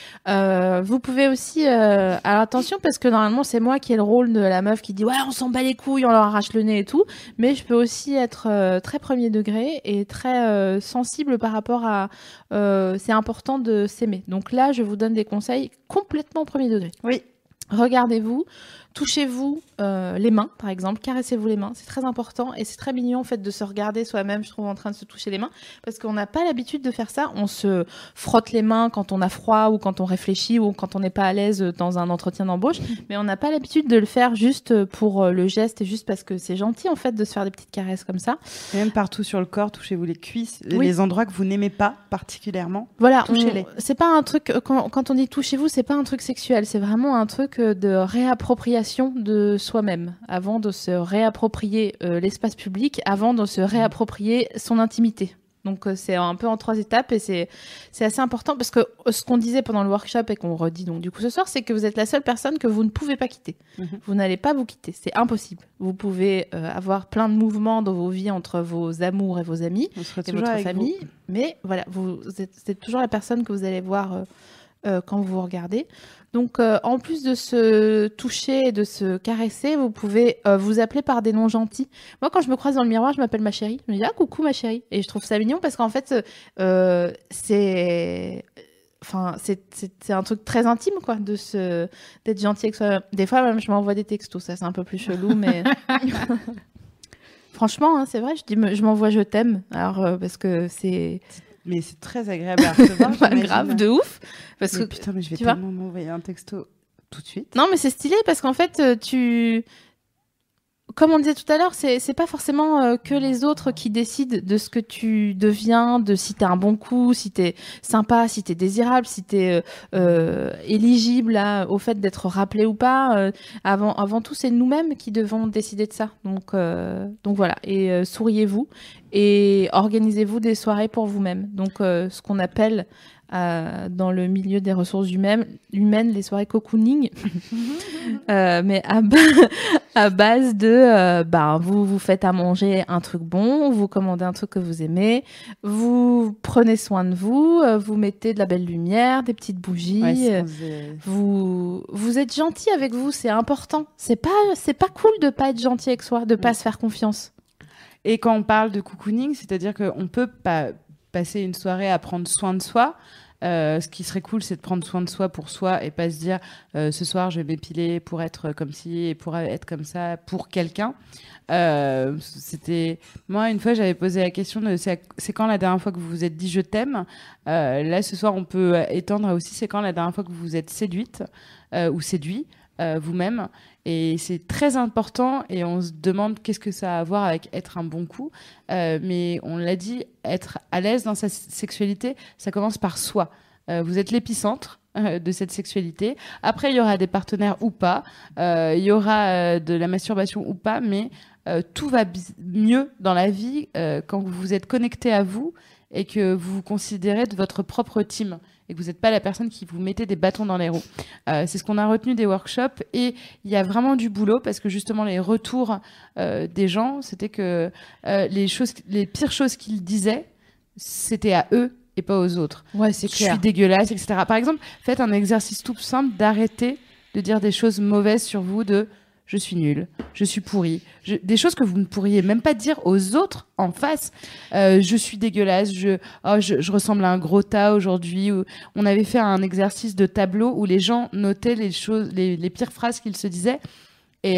Vous pouvez aussi alors attention, parce que normalement c'est moi qui ai le rôle de la meuf qui dit ouais on s'en bat les couilles, on leur arrache le nez et tout, mais je peux aussi être très premier degré et très sensible par rapport à c'est important de s'aimer. Donc là je vous donne des conseils complètement premier degré. Oui. Regardez-vous, touchez-vous les mains, par exemple, caressez-vous les mains, c'est très important et c'est très mignon en fait de se regarder soi-même, je trouve, en train de se toucher les mains, parce qu'on n'a pas l'habitude de faire ça. On se frotte les mains quand on a froid ou quand on réfléchit ou quand on n'est pas à l'aise dans un entretien d'embauche, mais on n'a pas l'habitude de le faire juste pour le geste et juste parce que c'est gentil en fait de se faire des petites caresses comme ça. Et même partout sur le corps, touchez-vous les cuisses, les endroits que vous n'aimez pas particulièrement. Voilà, touchez-les. C'est pas un truc, quand on dit touchez-vous, c'est pas un truc sexuel, c'est vraiment un truc de réappropriation de soi-même, avant de se réapproprier l'espace public, avant de se réapproprier son intimité. Donc c'est un peu en 3 étapes et c'est assez important, parce que ce qu'on disait pendant le workshop et qu'on redit donc du coup ce soir, c'est que vous êtes la seule personne que vous ne pouvez pas quitter. Vous n'allez pas vous quitter, c'est impossible. Vous pouvez avoir plein de mouvements dans vos vies entre vos amours et vos amis et votre famille, mais voilà, c'est toujours la personne que vous allez voir quand vous vous regardez. Donc, en plus de se toucher et de se caresser, vous pouvez vous appeler par des noms gentils. Moi, quand je me croise dans le miroir, je m'appelle ma chérie. Je me dis « Ah, coucou ma chérie ». Et je trouve ça mignon parce qu'en fait, c'est un truc très intime, quoi, d'être gentil avec soi. Des fois, même, je m'envoie des textos. Ça, c'est un peu plus chelou, mais... Franchement, hein, c'est vrai, je m'envoie « Je t'aime ». Alors, parce que c'est... Mais c'est très agréable à recevoir. Pas grave, de ouf. Parce que putain, mais je vais tellement m'envoyer un texto tout de suite. Non, mais c'est stylé parce qu'en fait, comme on disait tout à l'heure, c'est pas forcément que les autres qui décident de ce que tu deviens, de si t'es un bon coup, si t'es sympa, si t'es désirable, si t'es éligible au fait d'être rappelé ou pas. Avant tout, c'est nous-mêmes qui devons décider de ça. Donc voilà. Et souriez-vous et organisez-vous des soirées pour vous-même. Donc ce qu'on appelle dans le milieu des ressources humaines, les soirées cocooning, mais à base de vous faites à manger un truc bon, vous commandez un truc que vous aimez, vous prenez soin de vous, vous mettez de la belle lumière, des petites bougies, vous êtes gentil avec vous, c'est important. C'est pas cool de pas être gentil avec soi, de pas se faire confiance. Et quand on parle de cocooning, c'est-à-dire qu'on peut pas passer une soirée à prendre soin de soi. Ce qui serait cool, c'est de prendre soin de soi pour soi et pas se dire ce soir je vais m'épiler pour être comme ci et pour être comme ça pour quelqu'un. Moi, une fois, j'avais posé la question de c'est quand la dernière fois que vous vous êtes dit je t'aime. Là, ce soir, on peut étendre aussi c'est quand la dernière fois que vous vous êtes séduite ou séduit. vous-même. Et c'est très important et on se demande qu'est-ce que ça a à voir avec être un bon coup. Mais on l'a dit, être à l'aise dans sa sexualité, ça commence par soi. Vous êtes l'épicentre de cette sexualité. Après, il y aura des partenaires ou pas. Il y aura de la masturbation ou pas. Mais tout va mieux dans la vie quand vous êtes connecté à vous et que vous vous considérez de votre propre team. Et que vous n'êtes pas la personne qui vous mettez des bâtons dans les roues. C'est ce qu'on a retenu des workshops. Et il y a vraiment du boulot parce que justement, les retours des gens, c'était que les pires choses qu'ils disaient, c'était à eux et pas aux autres. Ouais, c'est clair. Je suis dégueulasse, etc. Par exemple, faites un exercice tout simple d'arrêter de dire des choses mauvaises sur vous, de je suis nulle, je suis pourrie, des choses que vous ne pourriez même pas dire aux autres en face. Je suis dégueulasse, je ressemble à un gros tas aujourd'hui. On avait fait un exercice de tableau où les gens notaient les choses, les pires phrases qu'ils se disaient. Et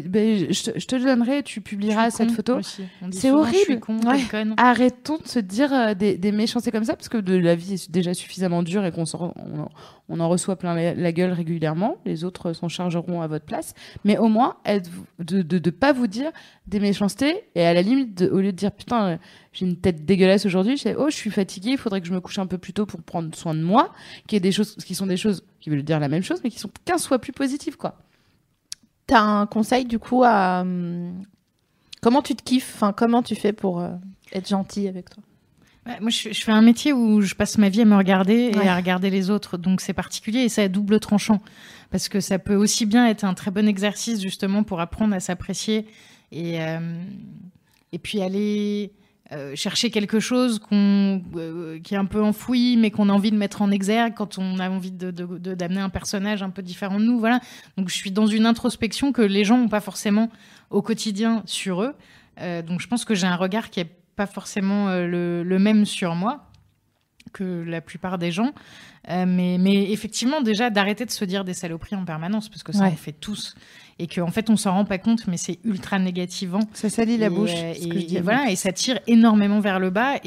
je te le donnerai, tu publieras cette photo. C'est horrible. Je suis con, conne. Arrêtons de se dire des méchancetés comme ça, parce que la vie est déjà suffisamment dure et on en reçoit plein la gueule régulièrement. Les autres s'en chargeront à votre place. Mais au moins, de pas vous dire des méchancetés. Et à la limite, au lieu de dire putain, j'ai une tête dégueulasse aujourd'hui, je sais, je suis fatiguée, il faudrait que je me couche un peu plus tôt pour prendre soin de moi. Qui sont des choses qui veulent dire la même chose, mais qui sont 15 fois plus positives, quoi. T'as un conseil du coup à comment tu te kiffes, enfin comment tu fais pour être gentil avec toi? Ouais, moi je fais un métier où je passe ma vie à me regarder et à regarder les autres, donc c'est particulier et c'est à double tranchant parce que ça peut aussi bien être un très bon exercice justement pour apprendre à s'apprécier et puis aller chercher quelque chose qui est un peu enfoui, mais qu'on a envie de mettre en exergue quand on a envie d'amener un personnage un peu différent de nous. Voilà. Donc, je suis dans une introspection que les gens n'ont pas forcément au quotidien sur eux. Donc, je pense que j'ai un regard qui n'est pas forcément le même sur moi que la plupart des gens. Mais effectivement, déjà, d'arrêter de se dire des saloperies en permanence, parce que ça, on fait tous. Et qu'en fait, on s'en rend pas compte, mais c'est ultra négativant. Ça salit la bouche. Et ça tire énormément vers le bas.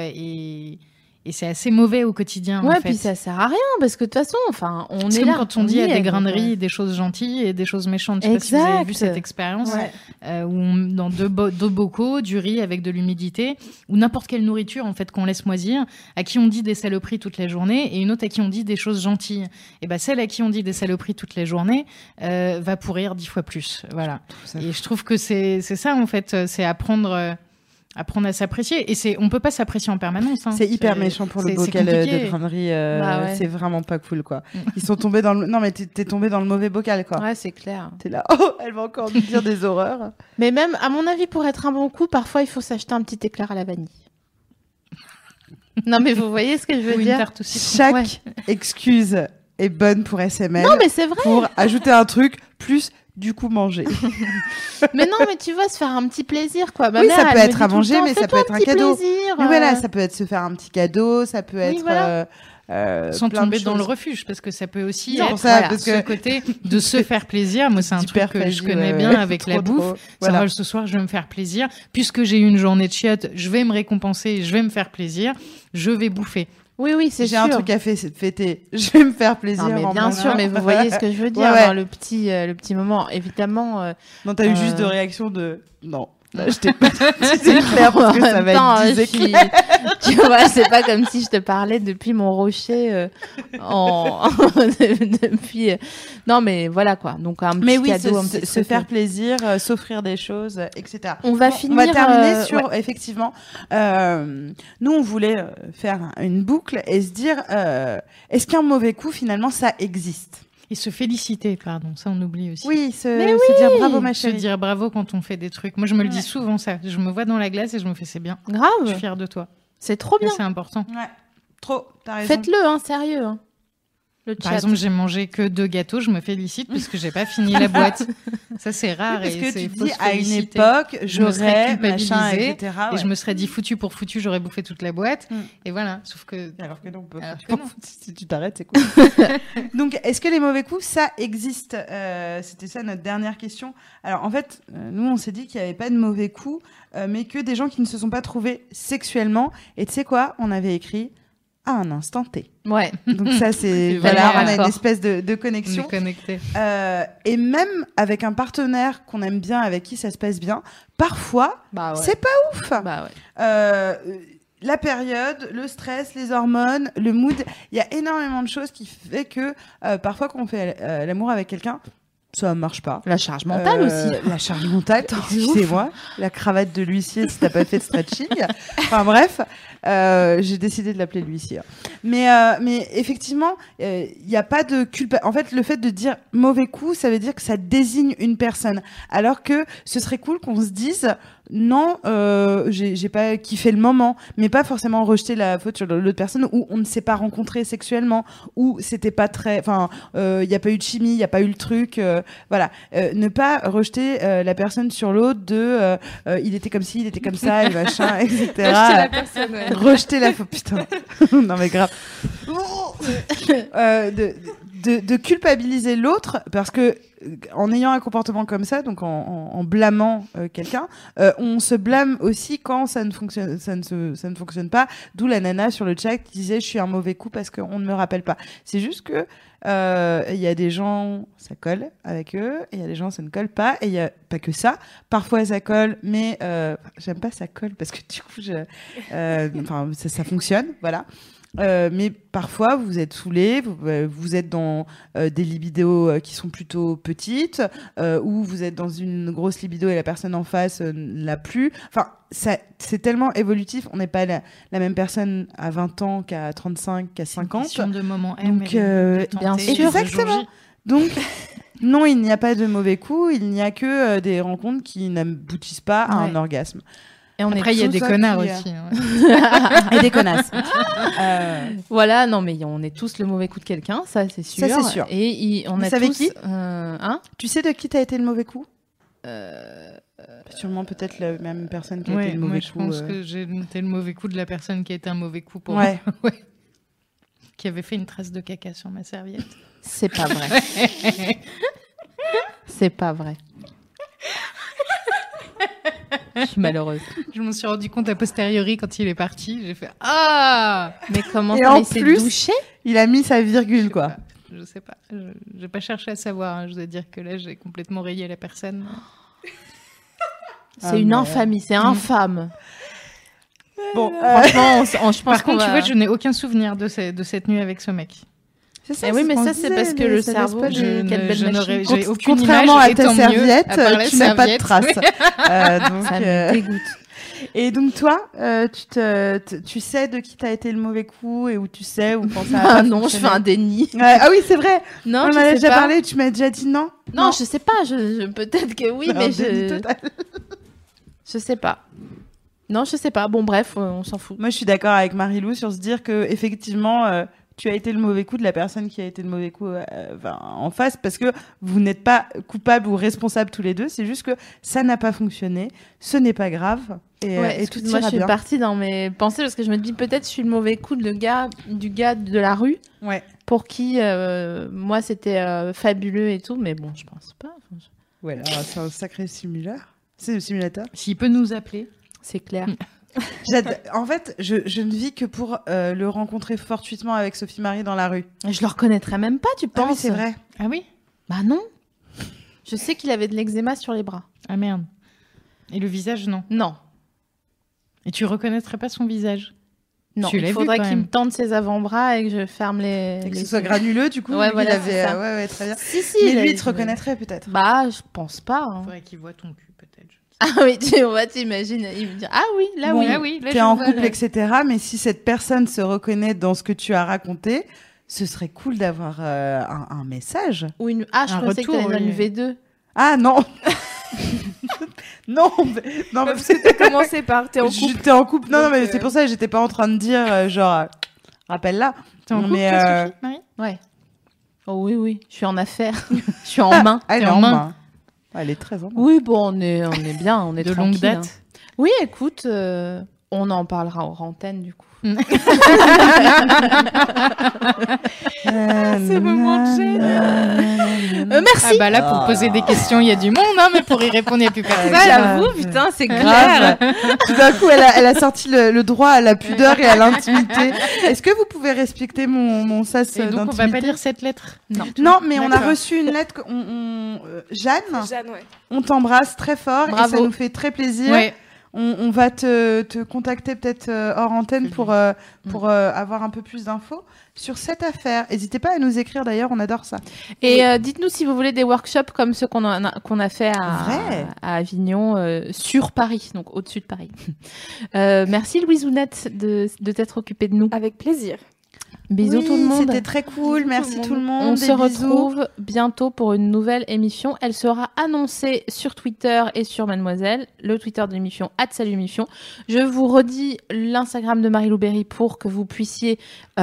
Et c'est assez mauvais au quotidien. Ouais, en fait. Puis ça sert à rien, parce que de toute façon, on est comme là. quand on dit à des graineries des choses gentilles et des choses méchantes. Je sais pas si vous avez vu cette expérience où dans deux bocaux, du riz avec de l'humidité, ou n'importe quelle nourriture en fait qu'on laisse moisir, à qui on dit des saloperies toute la journée, et une autre à qui on dit des choses gentilles. Et ben celle à qui on dit des saloperies toute la journée va pourrir 10 fois plus. Voilà. Et je trouve que c'est ça en fait, c'est apprendre à s'apprécier. Et on peut pas s'apprécier en permanence. Hein. C'est hyper méchant pour le bocal de grainerie. C'est vraiment pas cool, quoi. Ils sont tombés dans le... Non, mais t'es tombé dans le mauvais bocal, quoi. Ouais, c'est clair. T'es là, elle va encore nous dire des horreurs. Mais même, à mon avis, pour être un bon coup, parfois, il faut s'acheter un petit éclair à la vanille. Non, mais vous voyez ce que je veux dire? Une tarte aussi. Chaque excuse est bonne pour SML. Non, mais c'est vrai. Pour ajouter un truc, plus... du coup manger. Mais non, mais tu vois, se faire un petit plaisir, quoi. Oui, ça peut être à manger, mais ça peut être un cadeau. Plaisir, mais voilà, ça peut être se faire un petit cadeau, ça peut être... Voilà. Sans tomber dans le refuge, parce que ça peut aussi être parce que ce côté de se faire plaisir. Moi, c'est un truc que je connais bien avec la bouffe. Voilà. Ce soir, je vais me faire plaisir. Puisque j'ai eu une journée de chiottes, je vais me récompenser, je vais me faire plaisir, je vais bouffer. Oui, c'est sûr. J'ai un truc à fêter. Je vais me faire plaisir. Non, mais bien sûr, mais vous voyez ce que je veux dire dans le petit moment. Évidemment. Non, t'as eu juste de réaction de non. Là, je t'ai pas dit clair parce que ça va être discret. Tu vois, c'est pas comme si je te parlais depuis mon rocher depuis. Non, mais voilà quoi. Donc un petit cadeau, se faire plaisir, s'offrir des choses, etc. On va finir. On va terminer sur effectivement. Nous, on voulait faire une boucle et se dire est-ce qu'un mauvais coup finalement ça existe? Et se féliciter, pardon, ça on oublie aussi. Oui, se dire bravo ma chérie. Se dire bravo quand on fait des trucs. Moi je me le dis souvent ça. Je me vois dans la glace et je me fais c'est bien. Grave. Je suis fière de toi. C'est trop bien. C'est important. Ouais. Trop, t'as raison. Faites-le, sérieux. Hein. Par exemple, j'ai mangé que 2 gâteaux, je me félicite puisque j'ai pas fini la boîte. Ça c'est rare. Parce que tu dis à une époque, j'aurais machin, etc. Et je me serais dit foutu pour foutu, j'aurais bouffé toute la boîte. Et voilà, sauf que... Alors que non, si tu t'arrêtes, c'est cool. Donc, est-ce que les mauvais coups, ça existe? C'était ça notre dernière question. Alors en fait, nous on s'est dit qu'il n'y avait pas de mauvais coups, mais que des gens qui ne se sont pas trouvés sexuellement. Et tu sais quoi? On avait écrit à un instant T. Ouais. Donc ça, c'est voilà, on a une espèce de connexion. Et même avec un partenaire qu'on aime bien, avec qui ça se passe bien, parfois, c'est pas ouf. La période, le stress, les hormones, le mood, il y a énormément de choses qui fait que parfois quand on fait l'amour avec quelqu'un, ça marche pas. La charge mentale aussi. La charge mentale, excusez-moi. La cravate de l'huissier si t'as pas fait de stretching. Enfin bref, j'ai décidé de l'appeler l'huissier. Mais effectivement, il n'y a pas de culpa. En fait, le fait de dire mauvais coup, ça veut dire que ça désigne une personne. Alors que ce serait cool qu'on se dise non, j'ai pas kiffé le moment, mais pas forcément rejeter la faute sur l'autre personne, ou on ne s'est pas rencontré sexuellement, ou c'était pas très, enfin, il y a pas eu de chimie, il y a pas eu le truc, voilà, ne pas rejeter la personne sur l'autre de il était comme ci, il était comme ça, et machin, etc. Rejeter la personne, ouais. Rejeter la faute, putain, non mais grave. De culpabiliser l'autre parce que en ayant un comportement comme ça, donc en blâmant quelqu'un, on se blâme aussi quand ça ne fonctionne pas. D'où la nana sur le chat qui disait je suis un mauvais coup parce qu'on ne me rappelle pas. C'est juste que il y a des gens ça colle avec eux, et il y a des gens ça ne colle pas, et il y a pas que ça. Parfois ça colle, mais j'aime pas ça colle parce que du coup ça fonctionne, voilà. Mais parfois vous êtes saoulé, vous êtes dans des libidos qui sont plutôt petites, ou vous êtes dans une grosse libido et la personne en face l'a plus. Enfin, c'est tellement évolutif. On n'est pas la même personne à 20 ans qu'à 35, qu'à 50. C'est une question de moment M. Donc, bien sûr. Exactement. Donc, non, il n'y a pas de mauvais coups. Il n'y a que des rencontres qui n'aboutissent pas à un orgasme. Et après, il y a des connards aussi. Et des connasses. Voilà, non, mais on est tous le mauvais coup de quelqu'un, ça c'est sûr. Ça c'est sûr. Et on Vous a savez tous... qui Tu Tu sais de qui t'as été le mauvais coup Sûrement peut-être la même personne qui a été le mauvais coup. Moi, je pense que j'ai été le mauvais coup de la personne qui a été un mauvais coup pour moi. Ouais. Qui avait fait une trace de caca sur ma serviette. C'est pas vrai. C'est pas vrai. Je suis malheureuse. Je m'en suis rendu compte a posteriori quand il est parti. J'ai fait ah. Mais comment et ça, en s'est plus, douché. Il a mis sa virgule, quoi. Je sais pas. J'ai pas cherché à savoir. Hein. Je dois dire que là, j'ai complètement rayé la personne. C'est une infamie. C'est infâme. Bon, franchement, je pense par contre, tu vois, je n'ai aucun souvenir de cette nuit avec ce mec. C'est ça, oui, mais ça, disait, c'est parce que le cerveau, j'ai aucune contrairement image, à ta serviette, tu n'as pas de traces. Donc, ça me dégoûte. Et donc toi, tu sais de qui t'as été le mauvais coup, et où tu sais, où pense à non, je fais un déni. Ah oui, c'est vrai. Non, on en a déjà parlé. Tu m'as déjà dit non. Non, je sais pas. Peut-être que oui, mais je sais pas. Non, je sais pas. Bon, bref, on s'en fout. Moi, je suis d'accord avec Marie-Lou sur se dire que effectivement, tu as été le mauvais coup de la personne qui a été le mauvais coup en face, parce que vous n'êtes pas coupables ou responsables tous les deux. C'est juste que ça n'a pas fonctionné. Ce n'est pas grave. Et tout ira bien. Moi, je suis partie dans mes pensées parce que je me dis peut-être je suis le mauvais coup du gars de la rue. Ouais. Pour qui, moi, c'était fabuleux et tout, mais bon, je pense pas. Voilà, c'est un sacré simulateur. C'est le simulateur. S'il peut nous appeler. C'est clair. En fait, je ne vis que pour le rencontrer fortuitement avec Sophie Marie dans la rue. Je le reconnaîtrais même pas, tu penses? Ah oui, c'est vrai. Ah oui? Bah non. Je sais qu'il avait de l'eczéma sur les bras. Ah merde. Et le visage, non? Non. Et tu reconnaîtrais pas son visage? Non, il faudrait qu'il me tende ses avant-bras et que je ferme les... Et que ce soit granuleux, du coup. Ouais, voilà, c'est ça. Ouais, très bien. Si, mais lui, il te reconnaîtrait peut-être. Bah, je pense pas. Il faudrait qu'il voit ton cul, peut-être. Ah oui, on va t'imaginer. Il me dit ah oui, là bon, oui. Ah oui, là, t'es en couple, etc. Mais si cette personne se reconnaît dans ce que tu as raconté, ce serait cool d'avoir un message. Ou une... Ah, je pensais que t'allais dans une V2. Ah non. non, parce que t'as commencé par t'es en couple. J'étais en couple. Non, mais c'est pour ça que j'étais pas en train de dire genre rappelle-la. T'es en couple, Sophie, Marie? Ouais. Oh oui, je suis en affaires. Je suis en main. Elle est en main. Elle est très en main. Oui, bon, on est bien, on est de tranquille. longue date. Hein. Oui, écoute, On en parlera hors antenne, du coup. Ce moment de gêne. Merci. Là, pour poser des questions, il y a du monde, mais pour y répondre, il n'y a plus personne. J'avoue, putain, c'est clair. Tout d'un coup, elle a sorti le droit à la pudeur et à l'intimité. Est-ce que vous pouvez respecter mon sas d'intimité ? Donc, on va pas lire cette lettre ? Non, mais on a reçu une lettre. Jeanne, ouais. On t'embrasse très fort. Bravo. Et ça nous fait très plaisir. Ouais. On va te contacter peut-être hors antenne pour avoir un peu plus d'infos sur cette affaire. N'hésitez pas à nous écrire d'ailleurs, on adore ça. Et dites-nous si vous voulez des workshops comme ceux qu'on a fait à Avignon, sur Paris, donc au-dessus de Paris. Merci Louisounette de t'être occupée de nous. Avec plaisir. Bisous tout le monde. C'était très cool, merci tout le monde. On se retrouve bientôt pour une nouvelle émission. Elle sera annoncée sur Twitter et sur Mademoiselle, le Twitter de l'émission @salutémission. Je vous redis l'Instagram de Marie-Lou Berry pour que vous puissiez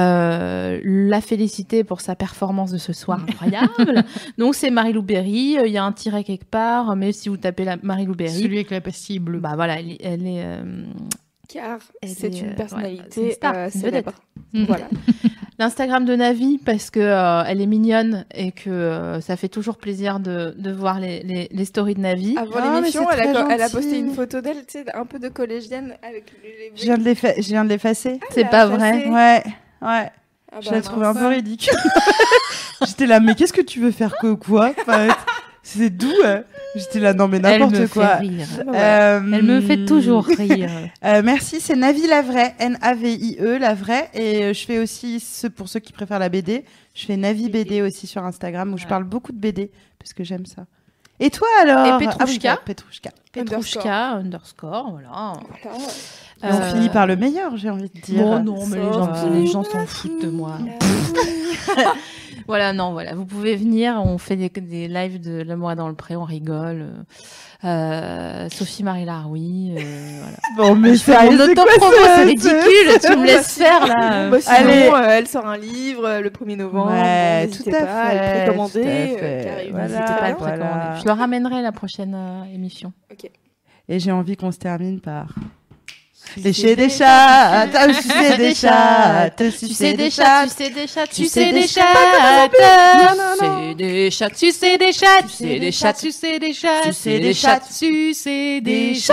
la féliciter pour sa performance de ce soir incroyable. Donc c'est Marie-Lou Berry, il y a un tiret quelque part, mais si vous tapez Marie-Lou Berry, celui avec la pastille bleue. Bah voilà, elle est car c'est une personnalité célèbre. Voilà. L'Instagram de Navi parce que elle est mignonne et que ça fait toujours plaisir de voir les stories de Navi. Avant l'émission, elle a posté une photo d'elle, tu sais, un peu de collégienne avec les. Je viens de l'effacer. C'est pas vrai. Ouais. Je l'ai trouvé un peu ridicule. J'étais là, mais qu'est-ce que tu veux faire quoi C'est doux. J'étais là, non mais n'importe quoi. Elle me fait rire. Elle me fait toujours rire. Merci, c'est Navi la vraie, Navie la vraie, et je fais aussi pour ceux qui préfèrent la BD, je fais Navi BD aussi sur Instagram où je parle beaucoup de BD parce que j'aime ça. Et toi alors? Et Petrouchka. Petrouchka _, voilà. On finit par le meilleur, j'ai envie de dire. Bon, non, mais les gens s'en foutent de moi. Voilà, vous pouvez venir, on fait des lives de L'amour est dans le pré, on rigole. Sophie Marie Laroui, voilà. Bon, mais mon auto-promo, c'est ridicule, tu me laisses faire là. Sinon, elle sort un livre le 1er novembre. Ouais, tout à fait. À le précommander. N'hésitez pas à le précommander. Je le ramènerai la prochaine émission. Ok. Et j'ai envie qu'on se termine par... Lécher des chats, sucer des chats, sucer des chats, sucer des chats, sucer des chats, sucer des chats, sucer des chats, sucer des chats, sucer des chats, sucer des chats, sucer des chats.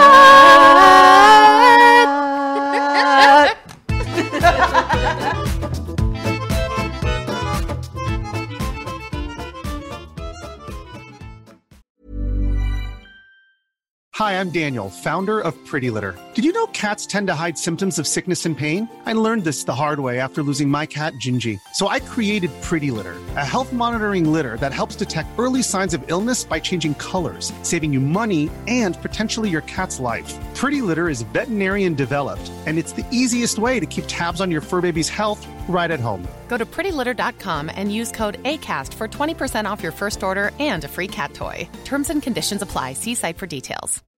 Hi, I'm Daniel, founder of Pretty Litter. Did you know cats tend to hide symptoms of sickness and pain? I learned this the hard way after losing my cat, Gingy. So I created Pretty Litter, a health monitoring litter that helps detect early signs of illness by changing colors, saving you money and potentially your cat's life. Pretty Litter is veterinarian developed, and it's the easiest way to keep tabs on your fur baby's health right at home. Go to prettylitter.com and use code ACAST for 20% off your first order and a free cat toy. Terms and conditions apply. See site for details.